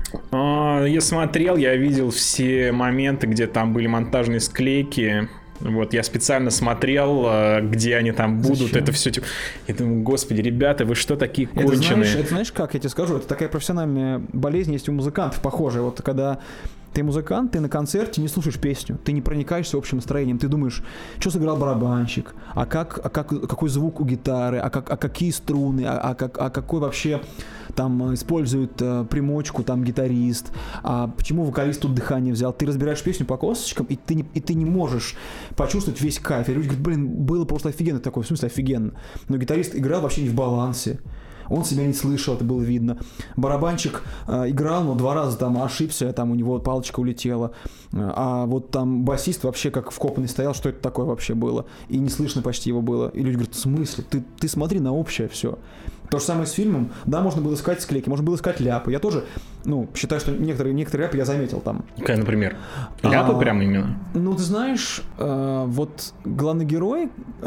«А, я смотрел, я видел все моменты, где там были монтажные склейки. Вот, я специально смотрел, где они там будут. Зачем? Это все типа... Я думаю, господи, ребята, вы что такие Это конченые? знаешь, это знаешь, как я тебе скажу, это такая профессиональная болезнь есть у музыкантов, похожая. Вот когда ты музыкант, ты на концерте не слушаешь песню, ты не проникаешься общим настроением, ты думаешь, что сыграл барабанщик, а как, а как, какой звук у гитары, а, как, а какие струны, а, а, как, а какой вообще там использует э, примочку там гитарист, а почему вокалист тут дыхание взял. Ты разбираешь песню по косточкам, и ты не, и ты не можешь почувствовать весь кайф. И люди говорят, блин, было просто офигенно такое, в смысле офигенно. Но гитарист играл вообще не в балансе. Он себя не слышал, это было видно. Барабанщик э, играл, но два раза там ошибся, там у него палочка улетела. А вот там басист вообще как вкопанный стоял, что это такое вообще было. И не слышно почти его было. И люди говорят, в смысле? Ты, ты смотри на общее все. То же самое с фильмом. Да, можно было искать склейки, можно было искать ляпы. Я тоже, ну, считаю, что некоторые, некоторые ляпы я заметил там. Какая, например? Ляпы А, прям именно? Ну, ты знаешь, э, вот главный герой,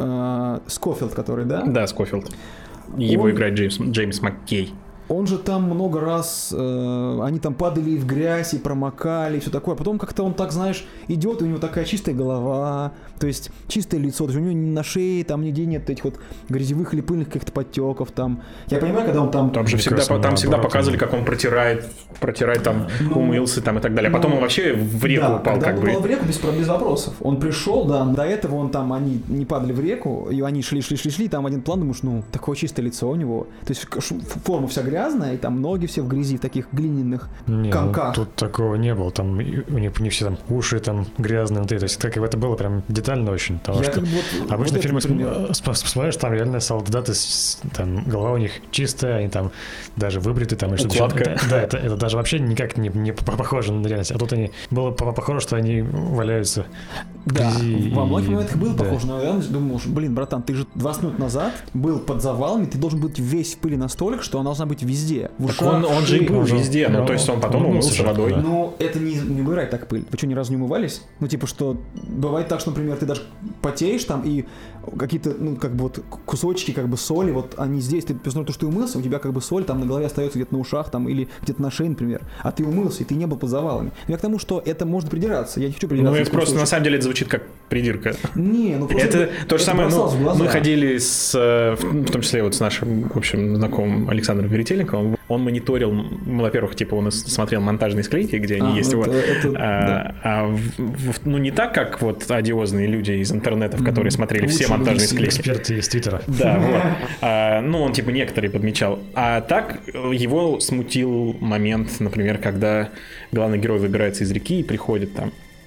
э, Скофилд, который, да? Да, Скофилд. Его Он- играет Джеймс, Джеймс Маккей. Он же там много раз, э, они там падали и в грязь, и промокали, и все такое. А потом как-то он так, знаешь, идет, и у него такая чистая голова, то есть чистое лицо, то есть у него ни на шее там нигде нет этих вот грязевых или пыльных каких-то подтеков там. Я понимаю, когда он там... Там же Мне всегда, кажется, там всегда наоборот, показывали, он- как он протирает, протирает там, Ну, умылся там и так далее. А потом ну, он вообще в реку да, упал, когда как он бы. упал в реку без, без вопросов. Он пришел, да, до этого он там, они не падали в реку, и они шли, шли, шли, шли, там один план, думаешь, ну, такое чистое лицо у него. То есть к- ш- форма вся грязная, и там ноги все в грязи, в таких глиняных Не, ну, комках. тут такого не было. Там и- у них не все там уши там грязные внутри. То есть как это было прям детально очень. Потому Я что как бы вот- обычно вот фильмы этот пример. см- см- смотришь, там реально солдаты, с- там голова у них чистая, они там даже выбриты там и что-то. Укладка. Это- Да, это, это даже вообще никак не, не по- похоже на реальность. А тут они было по- похоже, что они валяются в Да, грязи во и- многих моментах было да. похоже, но я думал, что, блин, братан, ты же двадцать минут назад был под завалами, ты должен быть весь в пыли настолько, что она должна быть везде. В Так ушах, он, он в же и шее. был он же- везде, ну ну, то есть он потом он умылся умылся, водой. да. Ну, это не, не убирать так пыль. Вы что, ни разу не умывались? Ну, типа, что бывает так, что, например, ты даже потеешь там, и какие-то, ну, как бы вот кусочки, как бы соли, вот они здесь, ты, несмотря на то, что ты умылся, у тебя как бы соль там на голове остается где-то на ушах, там, или где-то на шее, например, а ты умылся, и ты не был под завалами. Я к тому, что это можно придираться, я не хочу придираться. Ну, ни это в коем просто, на случае. самом деле, это звучит как придирка. Не, ну просто Это то же это самое, ну, бросалось в глаза. мы ходили с, э, в в том числе вот с нашим, в общем, знакомым Александром Веретельниковым, он мониторил, ну, во-первых, типа он смотрел монтажные склейки, где они А, есть, ну, вот, это- это- а, да. а в- в- ну, не так, как вот одиозные люди из интернетов, которые смотрели все Лучше монтажные вынести склейки. Эксперты из Твиттера. Да, вот. А, ну, он типа некоторые подмечал. А так э, его смутил момент, например, когда главный герой выбирается из реки и приходит там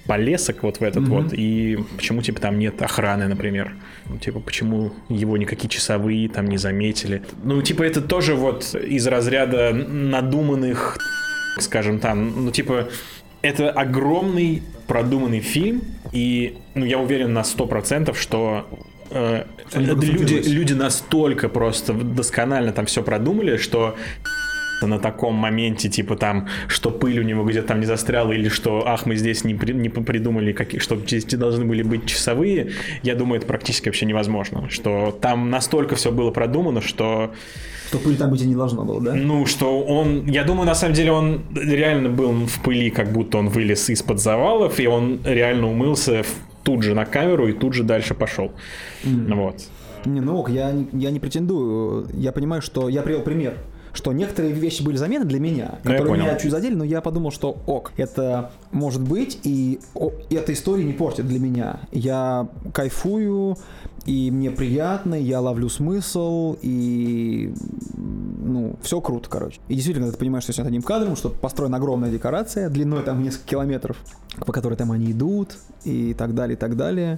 полесок вот в этот mm-hmm. вот, и почему, типа, там нет охраны, например. Ну, типа, почему его никакие часовые там не заметили. Ну, типа, это тоже вот из разряда надуманных, скажем там, ну, типа, это огромный продуманный фильм, и, ну, я уверен на сто процентов, что э, люди, люди настолько просто досконально там все продумали, что на таком моменте, типа там, что пыль у него где-то там не застряла, или что, ах, мы здесь не, при, не придумали, какие, что здесь должны были быть часовые, я думаю, это практически вообще невозможно. Что там настолько все было продумано, что... Что пыль там быть и не должно было, да? Ну, что он... Я думаю, на самом деле, он реально был в пыли, как будто он вылез из-под завалов, и он реально умылся тут же на камеру и тут же дальше пошел. Mm. Вот. Не, ну ок, я, я не претендую. Я понимаю, что... Я привел пример. Что некоторые вещи были заметны для меня, ну, которые меня чуть задели, но я подумал, что ок, это может быть, и о, эта история не портит для меня. Я кайфую, и мне приятно, я ловлю смысл, и ну, все круто, короче. И действительно, когда ты понимаешь, что снят одним кадром, что построена огромная декорация, длиной там несколько километров, по которой там они идут, и так далее, и так далее.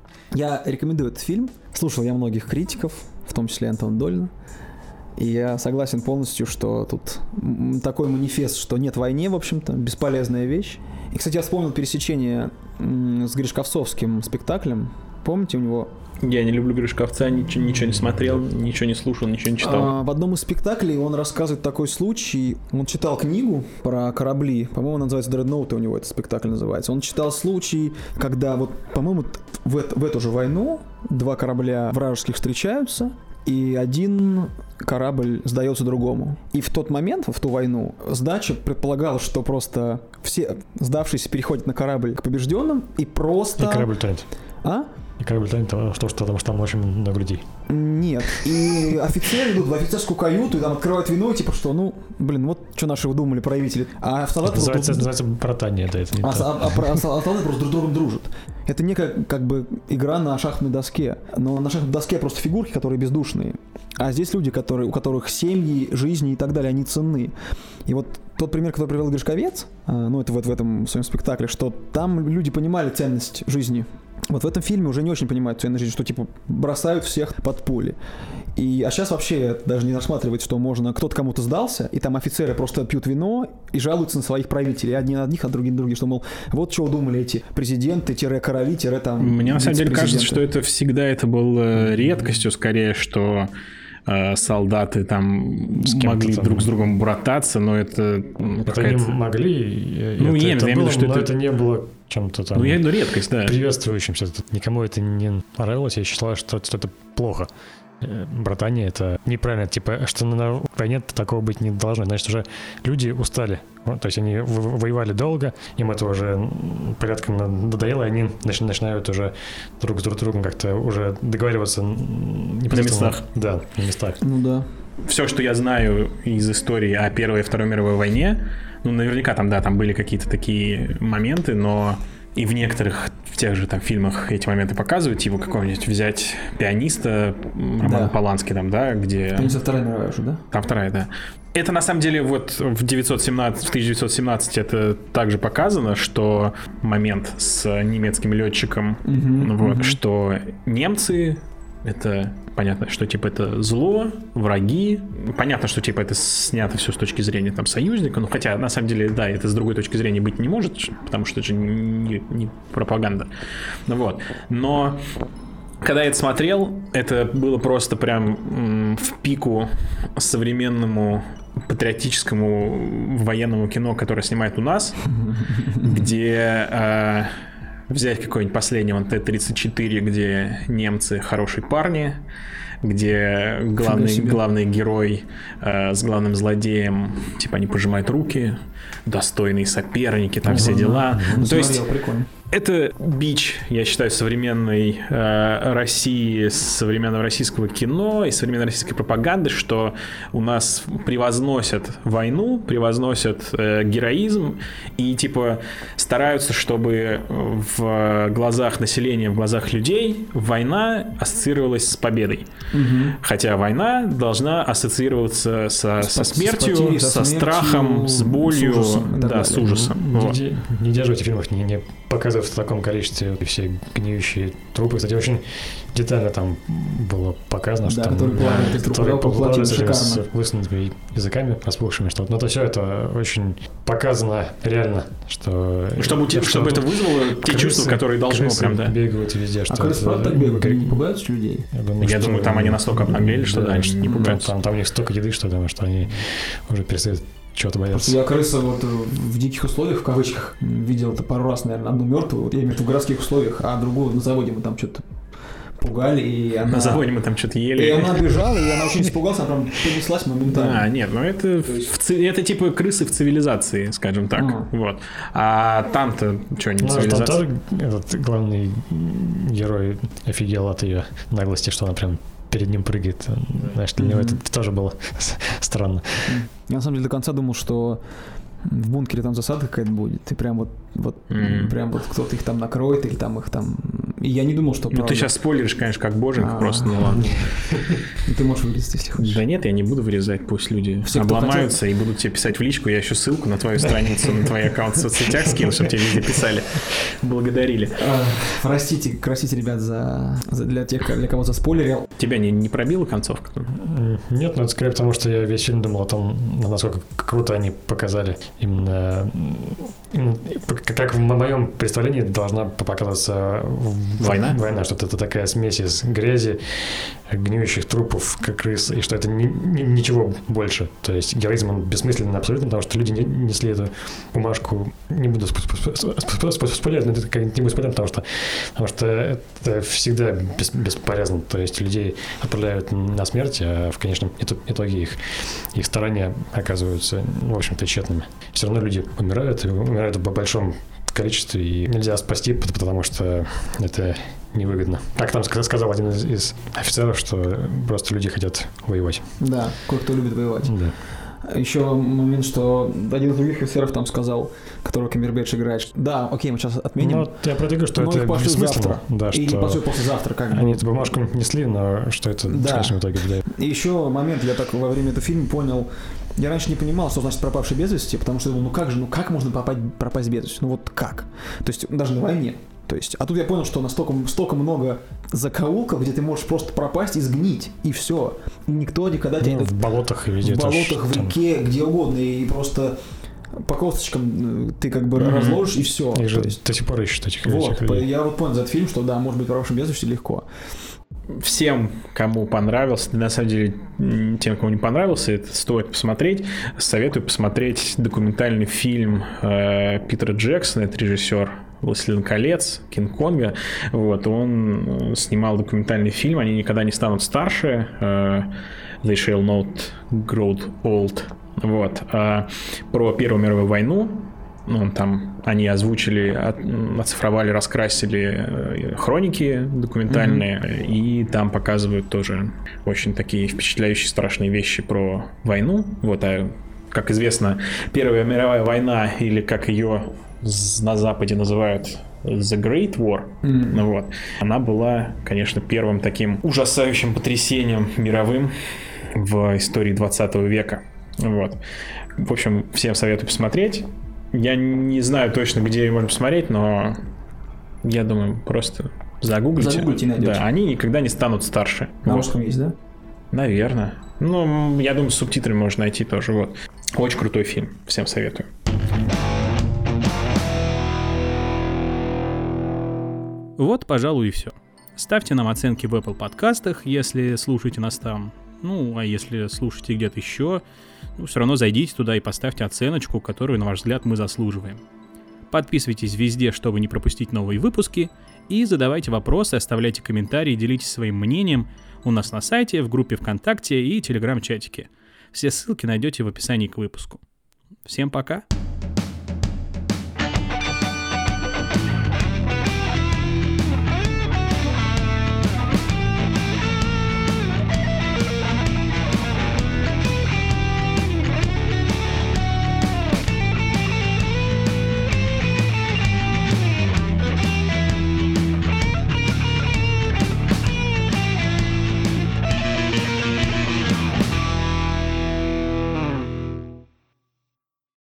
Я рекомендую этот фильм. Слушал я многих критиков, в том числе Антона Долина. И я согласен полностью, что тут такой манифест, что нет войны, в общем-то, бесполезная вещь. И, кстати, я вспомнил пересечение с Гришковцовским спектаклем. Помните, у него... Я не люблю Гришковца, ничего, ничего не смотрел, ничего не слушал, ничего не читал. А, в одном из спектаклей он рассказывает такой случай. Он читал книгу про корабли. По-моему, она называется «Дредноут», у него этот спектакль называется. Он читал случай, когда вот, по-моему, в, в эту же войну два корабля вражеских встречаются, и один корабль сдается другому. И в тот момент, в ту войну, сдача предполагала, что просто все сдавшиеся переходят на корабль к побежденным и просто... И корабль тонет. А? И корабль тонет, потому что, потому что там очень много людей. Нет. И офицеры идут в офицерскую каюту и там открывают вино, типа что, ну, блин, вот что наши выдумали правители. А солдаты... Это называется, называется братание, да, это не а, так. А, а, а солдаты просто друг с другом дружат. Это не как, как бы игра на шахматной доске. Но на шахматной доске просто фигурки, которые бездушные. А здесь люди, которые, у которых семьи, жизни и так далее, они ценны. И вот тот пример, который привел Гришковец, ну, это вот в этом своем спектакле, что там люди понимали ценность жизни. Вот в этом фильме уже не очень понимают ценность жизни, что типа бросают всех под пули. И, а сейчас вообще даже не рассматривается, что можно, кто-то кому-то сдался, и там офицеры просто пьют вино и жалуются на своих правителей. Одни на одних, а другие на других, что, мол, вот чего думали эти президенты-короли, там... Мне на самом деле кажется, что это всегда это было редкостью скорее, что... солдаты там могли там друг с другом брататься, но это... Ну, это не могли. Ну, это, я это имею в виду, что но это... это не было чем-то там... Ну, я имею в виду редкость, да. Приветствующимся. Никому это не нравилось. Я считал, что, что это плохо. Братание — это неправильно. Типа, что на войне такого быть не должно. Значит, уже люди устали. То есть они воевали долго, им это уже порядком надоело, и они начинают уже друг с другом как-то уже договариваться на местах. Да, на местах. Ну да. Все, что я знаю из истории о Первой и Второй мировой войне, ну, наверняка там, да, там были какие-то такие моменты, но и в некоторых, в тех же там фильмах эти моменты показывают, типа какого-нибудь взять «Пианиста», Романа да. Полански там, да, где... «Пианиста» Вторая мировая уже, да? Там вторая, да. Это на самом деле вот в, девятьсот семнадцать, в тысяча девятьсот семнадцать это также показано, что момент с немецким летчиком, mm-hmm, вот, mm-hmm. что немцы... Это понятно, что типа это зло, враги. Понятно, что типа это снято все с точки зрения там союзника. Ну хотя на самом деле, да, это с другой точки зрения быть не может, потому что это же не, не пропаганда. Ну, вот. Но когда я это смотрел, это было просто прям м, в пику современному патриотическому военному кино, которое снимает у нас, где... Э, взять какой-нибудь последний, вон Т тридцать четыре, где немцы хорошие парни, где главный, главный герой э, с главным злодеем, типа они пожимают руки, достойные соперники, там все дела. Ну, то есть прикольно. Это бич, я считаю, современной э, России, современного российского кино и современной российской пропаганды, что у нас превозносят войну, превозносят э, героизм и типа стараются, чтобы в глазах населения, в глазах людей война ассоциировалась с победой. Угу. Хотя война должна ассоциироваться со, со смертью, с потерей, со, со смертью, страхом, с болью, с ужасом, да, да, с ужасом. Не, вот. не, не держите в фильмах, не, не показывайте в таком количестве все гниющие трупы. Кстати, очень детально там было показано, Да, что там которые плавают из которые трупа, платят с этими шикарно. с высунутыми языками, распухшими, что но это все это очень показано реально, что... Чтобы, что чтобы это вызвало те крысы- чувства, которые должно крысы прям, да. бегают везде. Что А крысы это- правда так бегают? Они не пугаются людей? Я думаю, Я что- думаю, там они настолько обнаглели, что да, они не там- пугаются. Там, там у них столько еды, что я думаю, что они уже перестают чего-то Просто бояться. я крыса вот в диких условиях, в кавычках, видел это пару раз, наверное, одну мертвую, вот я имею в виду в городских условиях, а другую на заводе мы там что-то пугали, и она... На заводе мы там что-то И ели. она бежала, и она очень испугалась, она прям понеслась моментально. А, нет, ну это, в ци- это типа крысы в цивилизации, скажем так. Ага. Вот. А там-то что, не Ну, там цивилизация? тоже этот главный герой офигел от ее наглости, что она прям перед ним прыгает. Знаешь, для него Мгм. это тоже было странно. Я на самом деле до конца думал, что в бункере там засада какая-то будет, и прям вот, вот Мгм. прям вот кто-то их там накроет, или там их там... И я не думал, что Ну, ты правда. сейчас спойлеришь, конечно, как боженька А. просто, ну ладно. И ты можешь вылезти, если хочешь. Да нет, я не буду вырезать, пусть люди Все, кто обломаются и будут тебе писать в личку. Я еще ссылку на твою страницу, на твой аккаунт в соцсетях скину, чтобы тебе везде писали, благодарили. А, Простите, простите, ребят, за, за- для тех, для кого заспойлерил. Тебя не, не пробила концовка? Нет, ну это скорее потому, что я весь фильм думал о том, насколько круто они показали именно, именно как в моем представлении должна показываться Война? Война, что это такая смесь из грязи, гниющих трупов, как крыс, и что это ни- ни- ничего больше. То есть героизм он бессмысленный абсолютно, потому что люди не- несли эту бумажку. Не буду сп- сп- сп- сп- спойлерить, но это как не буду спойлерить, потому что, потому что это всегда бес- бесполезно. То есть людей отправляют на смерть, а в конечном ит- итоге их, их старания оказываются, ну, в общем-то, тщетными. Все равно люди умирают, и умирают в большом количестве, и нельзя спасти, потому что это невыгодно. Так там ска- сказал один из, из офицеров, что просто люди хотят воевать. Да, кое-кто любит воевать. Да. Еще момент, что один из других офицеров там сказал, который Камбербэтч играет, что да, окей, мы сейчас отменим, Ну, я про это говорю, что но это их пошлют бессмысленно. завтра. Да, или что пошлют послезавтра, как бы. они эту бумажку несли, но что это в Да. конечном итоге влияет. И еще момент, я так во время этого фильма понял, я раньше не понимал, что значит пропавший без вести, потому что я думал, ну как же, ну как можно пропасть, пропасть без вести? Ну вот как? То есть даже на войне. То есть, а тут я понял, что настолько столько много закоулков, где ты можешь просто пропасть и сгнить, и все. И никто никогда тебя... Ну, в болотах и везде. в тоже болотах, в там. реке, где угодно, и просто по косточкам э, ты как бы Мгм. разложишь, и все. Их же до сих пор ищут этих, Вот, этих по- людей. я вот понял за этот фильм, что да, может быть, пропавшим без вести легко. Всем, кому понравился, на самом деле, м, тем, кому не понравился, это стоит посмотреть. Советую посмотреть документальный фильм э, Питера Джексона, это режиссер «Властелин колец», «Кинг-Конга». Вот, он э, снимал документальный фильм «Они никогда не станут старше», э, «They shall not grow old». Вот, э, про Первую мировую войну. Ну, там они озвучили, от- оцифровали, раскрасили э, хроники документальные, mm-hmm. и там показывают тоже очень такие впечатляющие, страшные вещи про войну. Вот, а как известно, Первая мировая война, или как ее на Западе называют The Great War, mm-hmm. вот, она была, конечно, первым таким ужасающим потрясением мировым в истории двадцатого века. Вот. В общем, всем советую посмотреть. Я не знаю точно, где ее можно посмотреть, но я думаю, просто загуглите. Загуглите и найдете. Да, они никогда не станут старше. На Вот. русском есть, да? Наверное. Ну, я думаю, с субтитрами можно найти тоже. Вот. Очень крутой фильм. Всем советую. Вот, пожалуй, и все. Ставьте нам оценки в Apple подкастах, если слушаете нас там. Ну, а если слушаете где-то еще, ну, все равно зайдите туда и поставьте оценочку, которую, на ваш взгляд, мы заслуживаем. Подписывайтесь везде, чтобы не пропустить новые выпуски, и задавайте вопросы, оставляйте комментарии, делитесь своим мнением у нас на сайте, в группе ВКонтакте и Телеграм-чатике. Все ссылки найдете в описании к выпуску. Всем пока!